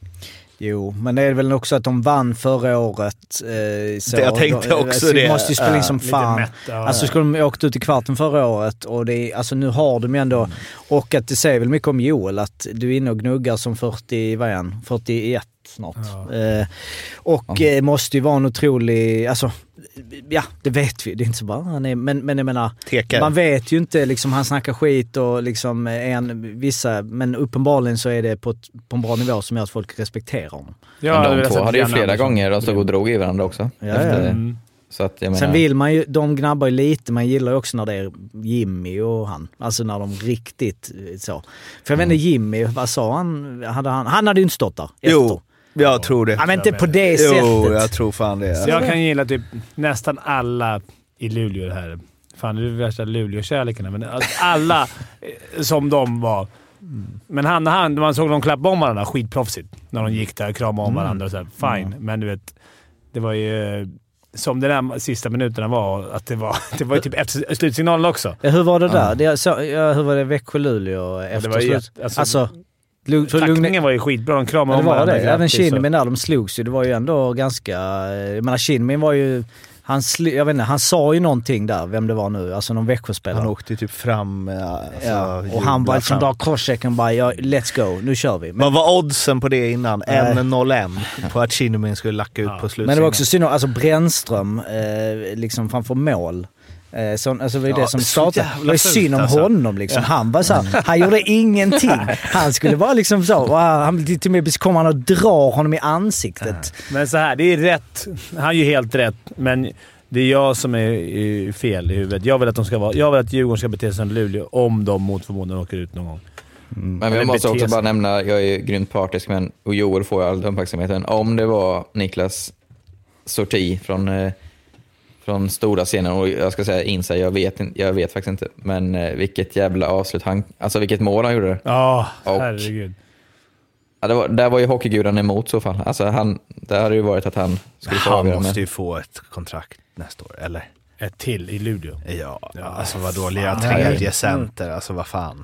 Jo, men det är väl också att de vann förra året. Eh, så Det- jag tänkte då, också så det. måste ju spela in Ja, som lite fan. mätt, ja, Alltså ja. skulle de åkt ut i kvarten förra året och det är, alltså nu har de ju ändå, Mm. och att det säger väl mycket om Joel att du är inne och gnuggar som fyrtio, vad är han? fyrtioett snart. Ja. Eh, och eh, måste ju vara en otrolig, alltså ja, det vet vi, det är inte så bra han är, men, men jag menar, Tekar. man vet ju inte, liksom han snackar skit och liksom en, vissa, men uppenbarligen så är det på, ett, på en bra nivå som gör att folk respekterar honom. men de jag två sett hade ju Jan flera Andersson. gånger de stod och drog i varandra också. Ja, efter, ja. Mm. Så att jag menar, Sen vill man ju, de gnabbar ju lite, man gillar ju också när det är Jimmy och han. Alltså när de riktigt så. För jag vet inte, Jimmy, vad sa han? Hade han? Han hade ju inte stått där efter. Jo, jag tror det. Ja, men inte på det Jo, sättet. jag tror fan det. Så jag kan gilla typ nästan alla i Luleå här. Fan, det är det värsta Luleå-kärlekarna. Men alla eh, som de var. Men han, han, man såg dem klappa om varandra skitproffsigt. När de gick där och kramade om varandra och så här, fine. Men du vet, det var ju... Som de där sista minuterna var, att det var, det var ju typ efter slutsignalen också. Ja, hur var det där? Det, så, ja, hur var det Växjö-Luleå efter Det var ju slut? jätte- alltså, Alltså, lugn, för lugn, Tackningen var ju skitbra. De kramade ja, om det var varandra. det. Även grattis och- Kinnamin där, de slogs ju. Det var ju ändå ganska... Jag menar, Kinnamin var ju... Han, sl, jag vet inte, han sa ju någonting där, vem det var nu. Alltså någon Växjöspelare. Han åkte ju typ fram... Alltså, Ja, och han bara liksom fram. drar crosschecken och bara, ja, let's go, nu kör vi. Men, Vad var oddsen på det innan? Nej. en noll ett på att Kinnamin skulle lacka ut Ja. på slutet. men det var också synd, alltså Brännström, eh, liksom framför mål. Eh, så, alltså det var ju Ja, det som så startade. jävla Det var ju fult, synd om alltså. honom liksom. Han var så här, han gjorde ingenting. Han skulle bara liksom så, och han till och med kommer han och drar honom i ansiktet. Men så här, det är rätt. Han är ju helt rätt, men det är jag som är är fel i huvudet. Jag vill att de ska vara, jag vill att Djurgården ska bete sig som Luleå om de mot förmodan åker ut någon gång. Men Eller vi måste bete också sig. bara nämna, jag är grymt partisk, men och Joel får ju all uppmärksamheten. Om det var Niklas sorti från, eh, från stora scenen, och jag ska säga in sig, jag vet, inte- jag vet faktiskt inte, men eh, vilket jävla avslut han, alltså vilket mål han gjorde. Ja, Och- herregud. Ja, det var, där var ju hockeygudarna emot så fall. Alltså han, där hade det ju varit att han skulle få Han avgöra. måste Men ju få ett kontrakt nästa år, eller? Ett till i Luleå. Ja, Ja, alltså vadå? Lira fan. tredje center, alltså vad fan.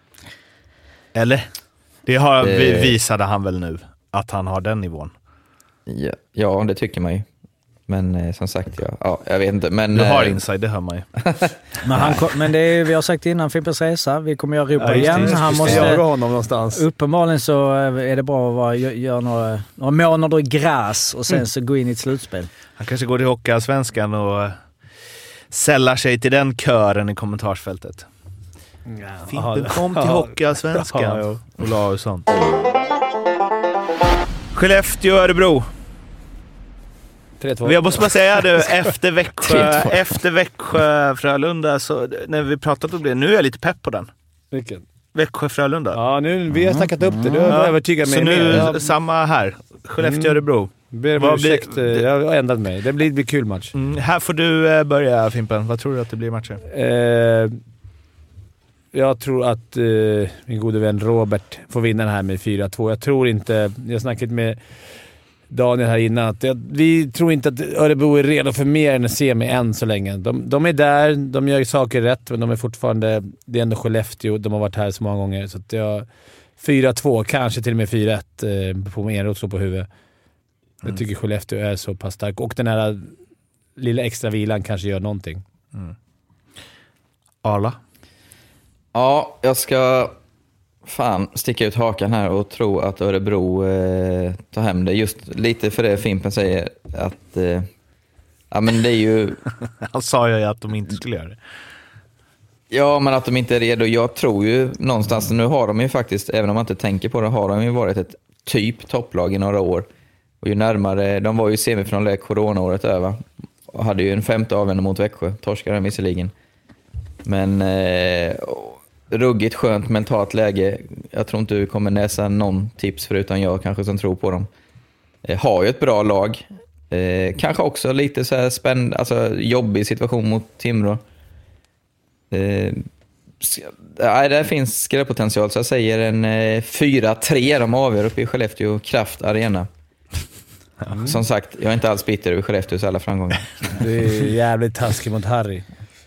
Eller? Det har, Det- vi visade han väl nu, att han har den nivån. ja, ja, det tycker man ju. Men eh, som sagt, ja, ja, jag vet inte. Men, Du har eh, inside, det hör man ju. Men, han, kom- men det är, vi har sagt innan, Fimpens Resa, vi kommer göra Europa igen. Han Jaga måste, honom någonstans. uppenbarligen så är det bra att vara, gö- göra några, några månader i gräs och sen så gå in i ett slutspel. Han kanske går till Hockeyallsvenskan och eh, sällar sig till den kören i kommentarsfältet. Fimpen kom till Hockeyallsvenskan. Ja, jo. Olausson. Skellefteå, Örebro. tre två. Jag måste bara säga du, efter Växjö, tre två. efter Växjö, Frölunda, så när vi pratat om det, nu är jag lite pepp på den. Vilken? Växjö, Frölunda. Ja, nu, vi har snackat upp det. Du har Ja, övertygat mig så nu, mer. Jag samma här. Skellefteå, Mm. Örebro. ber om vad blir- ursäkt. Jag har ändrat mig. Det blir, blir kul match. Mm, här får du eh, börja, Fimpen. Vad tror du att det blir matcher? Eh, jag tror att eh, min gode vän Robert får vinna den här med fyra två. Jag tror inte... Jag har snackat med Daniel här innan. Att jag, vi tror inte att Örebro är redo för mer än semi än så länge. De, de är där, de gör saker rätt, men de är fortfarande... Det är ändå Skellefteå, de har varit här så många gånger. Så att jag, fyra två, kanske till och med fyra ett eh, på Enroth så på huvudet. Mm. Jag tycker Skellefteå är så pass stark. Och den här lilla extra vilan kanske gör någonting. Mm. Arla? Ja, jag ska fan sticka ut hakan här och tro att Örebro eh, tar hem det. Just lite för det Fimpen säger att eh, ja, men det är ju... Han sa ju att de inte skulle göra det. Ja, men att de inte är redo. Jag tror ju någonstans, nu har de ju faktiskt, även om man inte tänker på det, har de ju varit ett typ topplag i några år. Och ju närmare, de var ju semifinal coronaåret över och hade ju en femte avvändning mot Växjö, torskade den visserligen. Men eh, ruggigt skönt mentalt läge. Jag tror inte du kommer näsa någon tips förutom jag kanske som tror på dem. Eh, har ju ett bra lag. Eh, kanske också lite så här spänd, alltså jobbig situation mot Timrå. Eh, nej, där finns skräppotential, så jag säger en eh, fyra tre de avgör uppe i Skellefteå Kraft Arena. Mm. Som sagt, jag är inte alls bitter över Skellefteås alla framgångar. Det är jävligt taskigt mot Harry.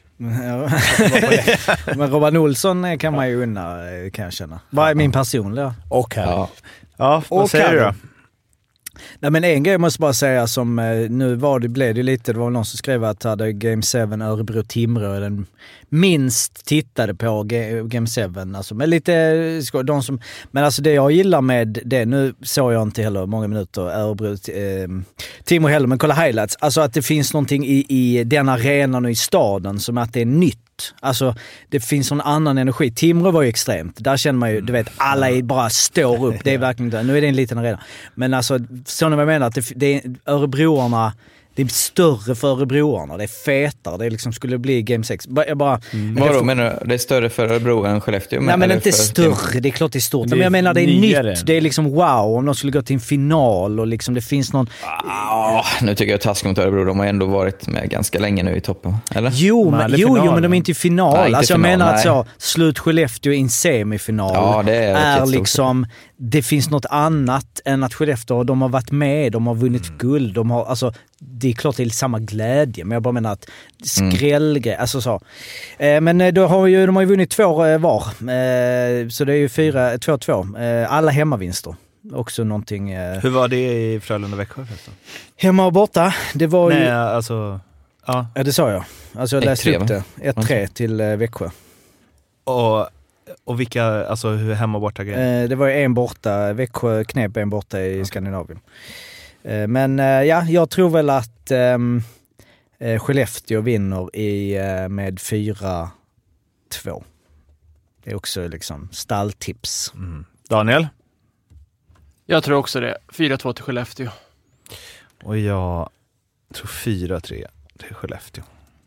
Men Robban Olsson kan man ju unna, kan jag känna. Vad är min personliga? Och Harry. Ja, ja vad och säger Harry. du då? Nej, men en grej jag måste bara säga som nu var det, blev det lite, det var någon som skrev att hade Game sju Örebro-Timrå den minst tittade på Game sju, alltså med lite de som, men alltså det jag gillar med det, nu såg jag inte heller många minuter Örebro eh, Timrå heller, men kolla highlights, alltså att det finns någonting i, i den arenan och i staden som att det är nytt. Alltså det finns en annan energi. Timrå var ju extremt. Där känner man ju, du vet, alla är bara står upp. Det är verkligen det. Nu är det en liten arena. Men alltså, så när man menar att det, det är Örebroarna, det är större för Örebroarna. Det är fetare. Det är liksom skulle bli Game sex. Jag bara... Mm. Vadå får... menar du? Det är större för Örebro än Skellefteå? Nej, men inte större. Tim... Det är klart det är stort. Det är men jag menar det är nyare. Nytt. Det är liksom wow. Om de skulle gå till en final och liksom det finns någon... Ah, nu tycker jag taskigt mot Örebro. De har ändå varit med ganska länge nu i toppen. Eller? Jo, men, jo, jo, men de är inte i final. Nej, inte alltså jag final, menar nej. Att så, slut Skellefteå i en semifinal ja, det är, är liksom... Det finns något annat än att Skellefteå, de har varit med, de har vunnit mm. guld, de har, alltså, det är klart det är samma glädje, men jag bara menar att skrällgrej, mm. alltså så. Eh, men då har ju, de har ju vunnit två eh, var, eh, så det är ju fyra, två två, eh, alla hemmavinster. Också någonting... Eh, Hur var det i Frölunda Växjö förresten? Hemma och borta, det var Nej, ju... Nej, alltså... Ja. ja, det sa jag. Alltså jag läste upp det. ett tre till eh, Växjö. Och... Och vilka, alltså hur hemma och borta grejer? Eh, det var ju en borta, Växjö knep en borta i okay. Skandinavien. Eh, men eh, ja, jag tror väl att eh, Skellefteå vinner i, eh, med fyra två. Det är också liksom stalltips. Mm. Daniel? Jag tror också det. fyra två till Skellefteå. Och jag tror fyra tre till Skellefteå.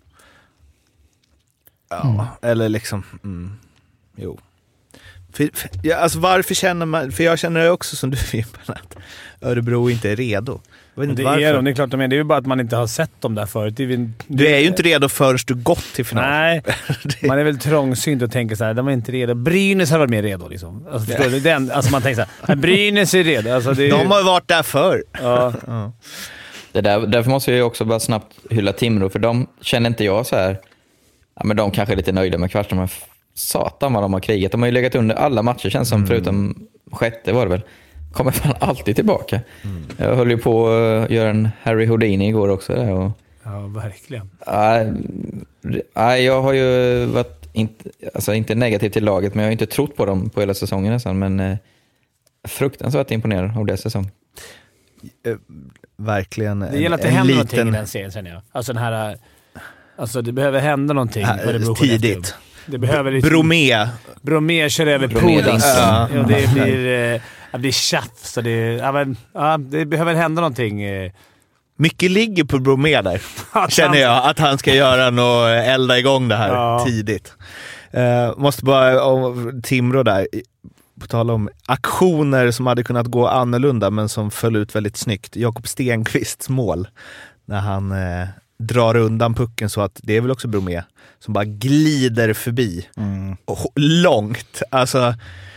Ja, mm. eller liksom... Mm. Jo. För, för, ja, alltså varför känner man, för jag känner det också som du Fimpen att Örebro inte är redo. Jag vet inte det varför. är de, det är klart de är. Det är ju bara att man inte har sett dem där förut. Det är, det, du är ju inte redo förrän du gått till final. Nej, man är väl trångsynt och tänker så här, de är inte redo. Brynäs har varit mer redo liksom. Alltså, förstår du? Den, alltså man tänker så här, Brynäs är redo. Alltså, det är, de har ju varit där förr. Ja. Ja. Det där, därför måste jag också bara snabbt hylla Timrå, för de känner inte jag så här, ja, men de kanske är lite nöjda med kvarten, men satan vad de har krigat. De har ju legat under alla matcher, känns som, mm. förutom sjätte var det väl. Kommer fan alltid tillbaka. Mm. Jag höll ju på att göra en Harry Houdini igår också. Där, och, ja, verkligen. Äh, jag har ju varit inte, alltså inte negativ till laget, men jag har inte trott på dem på hela säsongen nästan. Men eh, fruktansvärt imponerad av det säsong. Eh, verkligen. Det gäller att det händer liten... någonting i den serien, känner jag. Alltså den här... Alltså det behöver hända någonting. Äh, tidigt. Det behöver liksom, Bromé. Bromé kör över poolen. Ja. Ja, det blir, det blir tjafs. Det, ja, men, ja, det behöver hända någonting. Mycket ligger på Bromé där. Känner jag. Att han ska göra något, elda igång det här ja. tidigt. Uh, måste bara om Timrå där. På tal om aktioner som hade kunnat gå annorlunda men som föll ut väldigt snyggt. Jakob Stenqvists mål. När han... Uh, drar undan pucken så att det är väl också Bromé som bara glider förbi mm. och långt. Alltså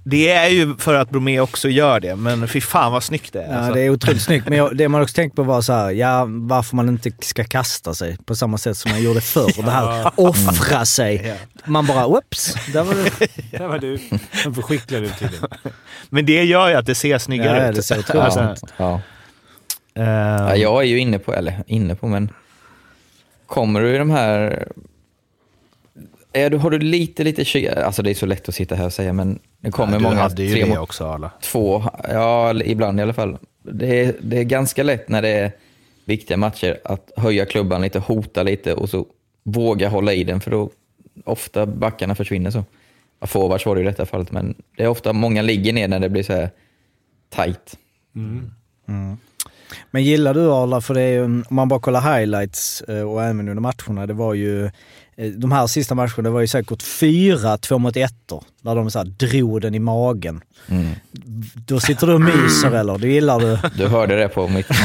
Det är ju för att Bromé också gör det, men fy fan vad snyggt det är. Ja, alltså. det är otroligt snyggt. Men jag, det man också tänkte på var så här, ja, varför man inte ska kasta sig på samma sätt som man gjorde förr. Det här offra sig. Man bara, whoops, där var det. Där var du. De får skickla ut till det. Men det gör ju att det ser snyggare Ja, ut. det ser otroligt Ja, snyggt. ja. Uh, Ja, jag är ju inne på, eller inne på, men kommer du i de här... Är du, har du lite, lite ky... Alltså det är så lätt att sitta här och säga, men det kommer ja, många... Du hade ju tre det mot också, alla. Två, ja, ibland i alla fall. Det är, det är ganska lätt när det är viktiga matcher att höja klubban lite, hota lite och så våga hålla i den, för då ofta backarna försvinner så. Ja, forwards var det i detta fallet, men det är ofta många ligger ner när det blir så här tight. Mm. Mm. Men gillar du Arla, för det är ju, om man bara kollar highlights och även under matcherna, det var ju de här sista matcherna, det var ju säkert fyra två mot ettor där de så här drog den i magen. Mm. Då sitter du och myser, eller? Det gillar du? Du hörde det på mitt...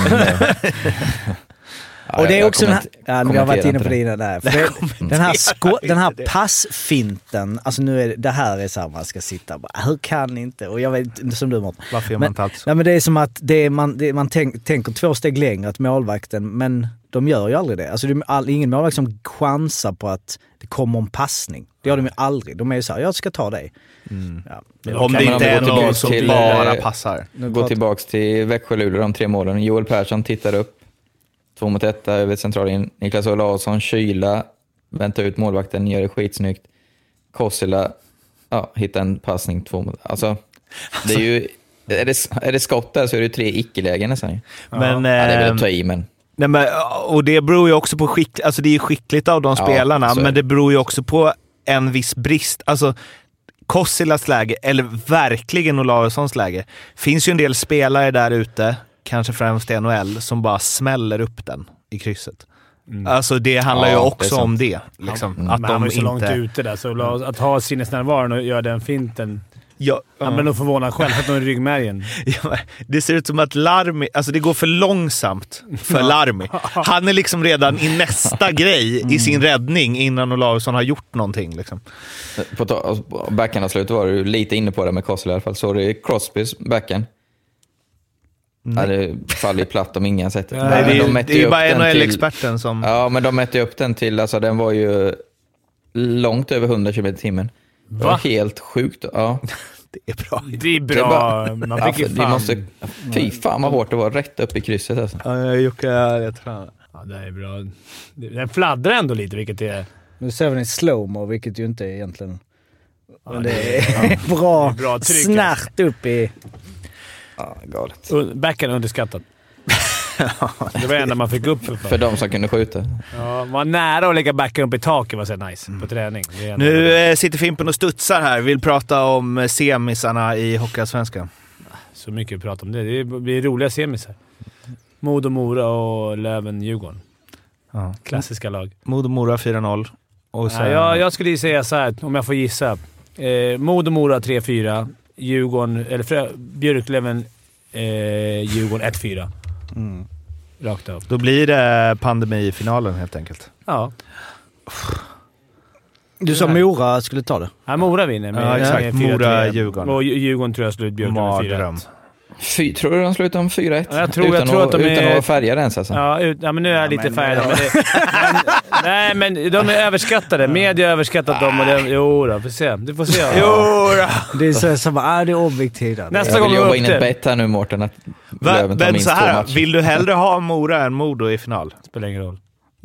Ja, och det är också den här, komment- ja, vi har varit inne på det det. innan där. För det, den här, sko, den här passfinten, alltså nu är det, det här är så här, man ska sitta och bara, hur kan ni inte? Och jag vet inte, som du Mårten. Varför gör man inte allt så? Nej, men det är som att det är, man, det är, man tänk, tänker två steg längre att målvakten, men de gör ju aldrig det. Alltså det är all, ingen målvakt som chansar på att det kommer en passning. Det gör de ju aldrig. De är ju så här, jag ska ta dig. Mm. Ja. Om det Men inte vi är går någon tillbaks som till, bara eh, passar. Gå tillbaks till Växjö-Luleå, de tre målen. Joel Persson tittar upp. Två mot etta över centralen. Niklas Olausson, kyla, väntar ut målvakten, gör det skitsnyggt. Kossila, ja, hittar en passning, två mot... Alltså, det är ju... Är det, är det skott där så är det tre icke-lägen nästan. Men, Ja, det är väl ehm, att ta i, men... Nej, men, och det beror ju också på skick, alltså det är skickligt av de Ja, spelarna, så är men det. det beror ju också på en viss brist. Alltså Kossilas läge, eller verkligen Olaussons läge. Finns ju en del spelare där ute, kanske främst i N H L, som bara smäller upp den i krysset. Mm. Alltså det handlar Ja, ju det också är om det. Liksom, Mm. att Men han de var ju så långt inte... ute där, så att ha sinnesnärvaron och göra den finten. Ja, Han blev nog förvånad själv för att de är i ryggmärgen. Ja, det ser ut som att Larmi, alltså det går för långsamt för Larmi. Han är liksom redan i nästa grej i sin räddning innan Olausson har gjort någonting. Liksom. På ta- alltså, backarna slut var du lite inne på det med Kossila i alla fall. Så det är Crosbys backen. Ja, det faller ju platt om ingen sätt. Nej, det är, de det mätte är ju ju upp bara den N H till- L-experten som... Ja, men de mätte upp den till, alltså den var ju långt över hundra kilometer i timmen. Det var Va? helt sjukt. Ja. Det är bra. Det är Det är bra. bara- Man Ja, fick ju för fan... de måste, fy fan vad hårt det var, rätt upp i krysset alltså. Ja, Jocke, jag tror han... Ja, det är bra. Den fladdrar ändå lite, vilket är... Nu ser vi den i slow-mo, vilket ju inte är egentligen... Ja, Men det är bra, det är bra tryck, snärt upp i... Ja, galet. Un- Backen är underskattad. Det var det enda man fick upp för. För de som kunde skjuta. Ja, man var nära att lägga backen upp i taket, var så nice på träning. Det är ändå- Nu eh, sitter Fimpen och studsar här. Vill prata om eh, semisarna i Hockeyallsvenskan. Så mycket att prata om det. Det blir roliga semisar. Modo, Mora och Löven, Djurgården. Ja. Klassiska lag. Modo Mora fyra noll. Och sen... Ja, jag, jag skulle säga så här, om jag får gissa. Eh, Modo, Mora tre fyra. Djurgården, eller Frö, Björklöven, eh, Djurgården ett fyra. Mm. Rakt av. Då blir det pandemifinalen helt enkelt. Ja. Du sa Mora skulle ta det. Ja, Mora vinner med Ja, exakt. med fyra tre. Mora, Djurgården. Och Djurgården tror jag slut Björklöven fyra Mardröm. ett. Fy, tror du de slutar om fyra ett? Ja, jag tror- jag utan tror att, att de är- utan att färga den alltså. Ja, ut, ja, men nu är jag lite men- färgad. Men det, men, nej, men de är överskattade. Media har överskattat dem. Och det, jo då, får se. Du får se. Jo då. Det är så som bara, ah, det är objektivt. Nästa Jag gång vill vi jobba upp in det. ett bett här nu, Mårten, att Va? Löven tar Men minst så två här, matcher. vill du hellre ha Mora än Modo i final? Spelar ingen roll.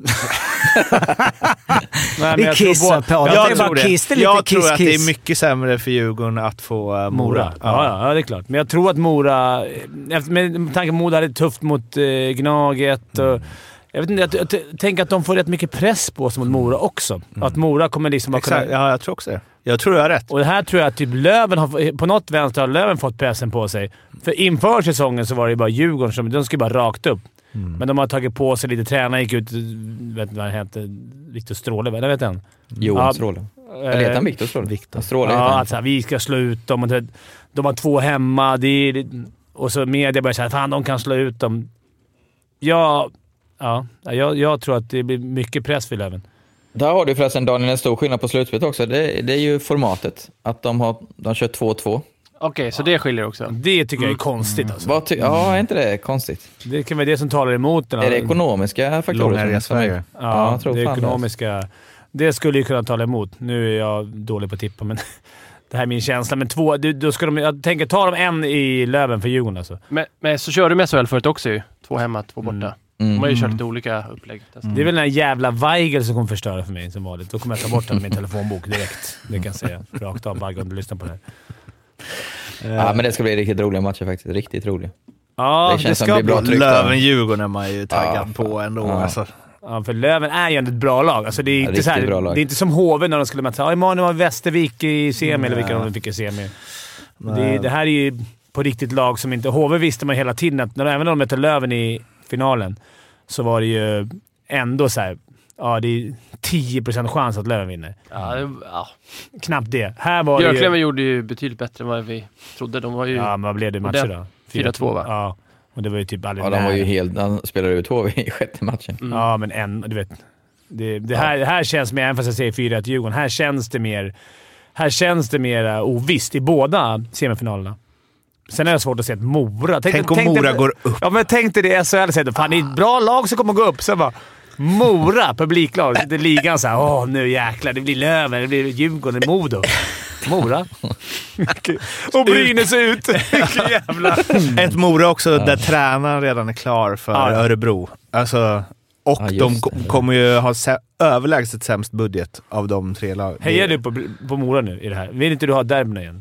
Vi jag tror kissar både- på det. Jag Det är tror bara det. kiss, det är lite Jag tror kiss, att det är kiss. mycket sämre för Djurgården att få uh, Mora. Mora. Ja, ja, ja, det är klart. Men jag tror att Mora... Efter, med tanke på att Mora hade det tufft mot eh, Gnaget och... Jag vet inte, jag, jag, jag tänker att de får rätt mycket press på sig mot Mora också. Att Mora kommer liksom vara... Exakt. Ja, jag tror också det. Jag tror jag har rätt. Och det här tror jag att typ Löven har... På något vänster har Löven fått pressen på sig. För inför säsongen så var det ju bara Djurgården som... De skulle bara rakt upp. Mm. Men de har tagit på sig lite. Tränaren gick ut... Vet inte vad han hette? Viktor Stråle, vad vet han? Johan Ja, Stråle. Eller heter han Viktor Stråle? Viktor. Stråle heter Ja, han. alltså, vi ska slå ut dem. Och det, de har två hemma. Det är, och så media börjar säga fan de kan slå ut dem. Ja, ja jag, jag tror att det blir mycket press för Löven. Där har du förresten, Daniel, en stor skillnad på slutspelet också. Det, det är ju formatet. Att de har de kör två två. Okej, okay, så det skiljer också. Det tycker jag är konstigt. Alltså. Vad ty- ja, är inte det konstigt? Det kan vara det som talar emot den. Är det ekonomiska faktorer? Som som ja, ja, jag tror det fan ekonomiska. Det. det skulle ju kunna tala emot. Nu är jag dålig på att tippa, men det här är min känsla. Men två, då ska de, jag tänker ta dem en i Löven för Djurgården alltså. Men, men så kör du med S H L förut också ju. Två hemma, två borta. Mm. De har ju kört lite olika upplägg. Mm. Det är väl den här jävla Weigel som kommer förstöra för mig som vanligt. Då kommer jag ta bort den med min telefonbok direkt. Det kan jag säga. Rakt av Weigel om du lyssnar på det här. Ja, men det ska bli riktigt roliga matcher faktiskt. Riktigt roliga. Ja, det, känns det ska bli bra tryck. Löven-Djurgården är man ju taggad ja, på ändå. Ja. Alltså. Ja, för Löven är ju ändå ett bra lag. Alltså, det, är inte ja, så här, bra det är inte som H V när de skulle man säga ja, imorgon var Västervik i semi, mm, eller vilka de fick i semi. Det, det här är ju på riktigt lag som inte... H V visste man hela tiden att när, även när de mötte Löven i finalen så var det ju ändå så här, ja, det är tio procent chans att Löven vinner. Ja, det, ja. Knappt det. Här var Björklöven det ju... gjorde ju betydligt bättre än vad vi trodde. De var ju... Ja, men vad blev det i matcher då? fyra två va? Ja. Och det var ju typ aldrig ja, de var ju helt... De spelade ut två i sjätte matchen. Mm. Ja, men en... Du vet... Det, det, här, det här känns mer, även fast jag säger fyra ett Djurgården, här känns det mer... Här känns det mer ovisst i båda semifinalerna. Sen är det svårt att se ett Mora. Tänk, tänk om tänk Mora det, går upp. Ja, men tänk dig det S H L säger fan det är ett bra lag som kommer gå upp. Så bara... Mora, publiklag. Det ligan så här, åh nu jäklar, det blir Löven, det blir Djurgården, Modo. Mora. Och Brynäs ut. Vilken jävla... Ett Mora också där tränaren redan är klar för ja, ja. Örebro. Alltså, och ja, de det. kommer ju ha sä- överlägset sämst budget av de tre lagen. Hejar du på, på Mora nu i det här? Vill inte du ha derbyna igen?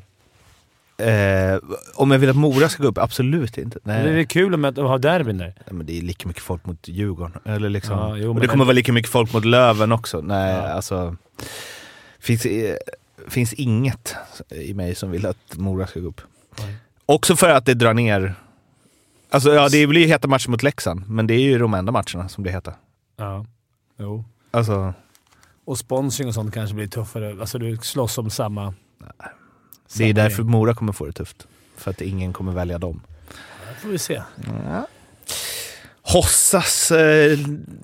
Eh, om jag vill att Mora ska gå upp? Absolut inte. Nej. Det är kul med att ha derbyn där. Nej, men det är lika mycket folk mot Djurgården. Eller liksom. Ja, jo, och men det kommer vara lika mycket folk mot Löven också. Nej, ja. alltså... Finns, eh, finns inget i mig som vill att Mora ska gå upp. Mm. Också för att det drar ner... Alltså, ja, det blir ju heta matcher mot Leksand. Men det är ju de enda matcherna som blir heta. Ja, jo. Alltså... Och sponsring och sånt kanske blir tuffare. Alltså du slåss om samma... Nej. Det är därför Mora kommer få det tufft. För att ingen kommer välja dem. Det får vi se. Ja. Hossas eh,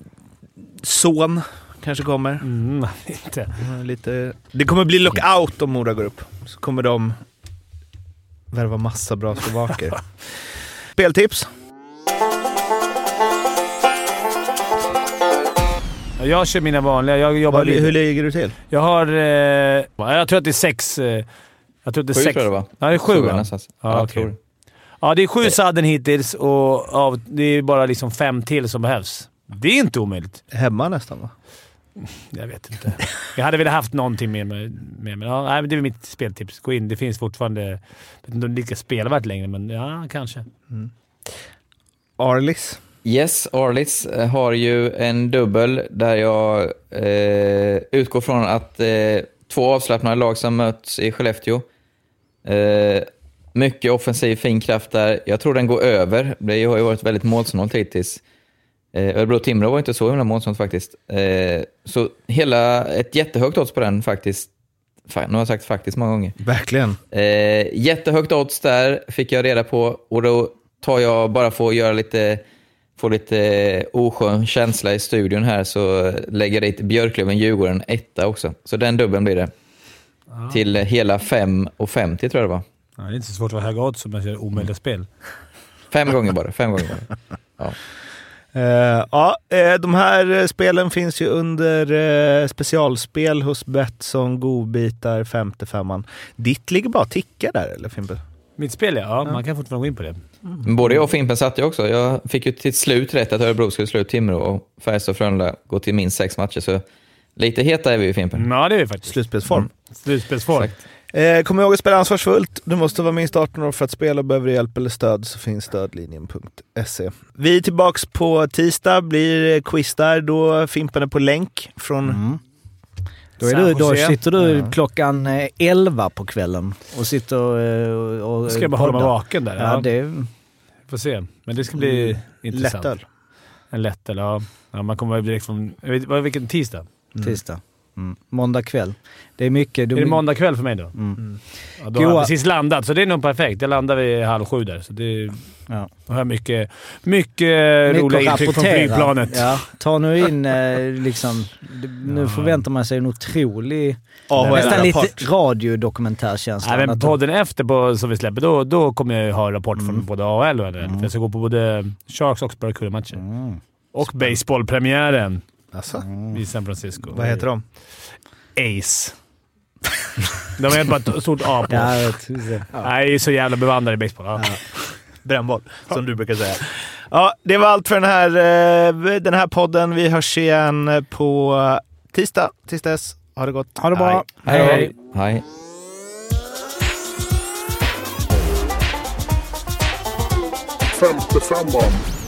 son kanske kommer. Mm, inte. Lite. Det kommer bli lockout om Mora går upp. Så kommer de värva massa bra slovaker. Speltips? Jag kör mina vanliga. Jag jobbar Var, hur ligger du till? Jag har... Eh, jag tror att det är sex... Eh, jag tror att det är sju sex. tror jag det var. Ja, det är sju. sju Ja, ja, okay. tror. Ja, det är sju sadden hittills och ja, det är bara liksom fem till som behövs. Det är inte omöjligt. Hemma nästan va? Jag vet inte. Jag hade velat haft någonting med mig. Med mig. Ja, nej, men det är mitt speltips. Gå in. Det finns fortfarande... Jag vet inte om det lika spelvärt längre, men ja, kanske. Mm. Arlis? Yes, Arlis har ju en dubbel där jag eh, utgår från att eh, två avslappnade lag som möts i Skellefteå. Eh, mycket offensiv fin kraft där. Jag tror den går över. Det har ju varit väldigt målsnålt hittills. Eh, Örebro-Timrå var inte så himla målsnålt faktiskt. Eh, så hela ett jättehögt odds på den faktiskt. Nu har jag sagt faktiskt många gånger. Verkligen. Eh, jättehögt odds där fick jag reda på. Och då tar jag bara för att göra lite... Få lite oskön känsla i studion här så lägger jag dit Björklöven Djurgården etta också. Så den dubbeln blir det. Ja. Till hela fem och femtio tror jag det var. Ja, det är inte så svårt att vara höga odds om man kör omöjliga spel. Fem gånger bara. Fem gånger bara. Ja. Uh, ja, uh, de här spelen finns ju under uh, specialspel hos Betsson, godbitar, femte femman. Ditt ligger bara ticka där, eller Fimpen? Mitt spel, ja. ja. Man kan fortfarande gå in på det. Mm. Både jag och Fimpen satte jag också. Jag fick ju till slut rätt att Örebro skulle slå ut Timrå och Färjestad och Frölunda gå till minst sex matcher. Så lite heta är vi ju, Fimpen. Ja, det är vi faktiskt. Slutspelsform. Mm. Slutspelsform. Eh, kom ihåg att spela ansvarsfullt. Du måste vara minst arton år för att spela. Behöver du hjälp eller stöd så finns stödlinjen punkt se. Vi är tillbaks på tisdag. Blir quiz där. Då Fimpen är på länk från... Mm. Då, är du, då sitter du ja. klockan elva på kvällen och sitter och, och ska jag bara hålla mig vaken där? Ja, ja. det får se. Men det ska bli mm. intressant. Lättöl. En lättöl, ja. ja. Man kommer direkt från... Vet, vilken tisdag? Mm. Tisdag. Mm. Måndag kväll. Det är mycket... Du... Är det måndag kväll för mig då? Mm. Mm. Ja, då har jag precis landat, så det är nog perfekt. Jag landar vid halv sju där, så det... Ja. Jag har mycket, mycket, mycket roliga intryck från flygplanet. Ja. Ta nu in eh, liksom... Nu ja. förväntar man sig en otrolig... Oh, nästan lite radiodokumentärkänsla. Nej, men podden efter på, som vi släpper, då, då kommer jag ha rapport mm. från både A H L och N H L. Mm. Jag ska gå på både Sharks och Barracuda-matcher. Mm. Och baseballpremiären mm. i San Francisco. Vad heter de? Ace. De är bara ett stort A på. Ja, jag tror det. Ja. Jag är så jävla bevandrad i baseball. Ja. Ja. Brännboll, som du brukar säga. Ja, det var allt för den här, den här podden. Vi hörs igen på tisdag. Tills dess, ha det gott. Ha det bra. Hej. Hej. Hej. femtiofem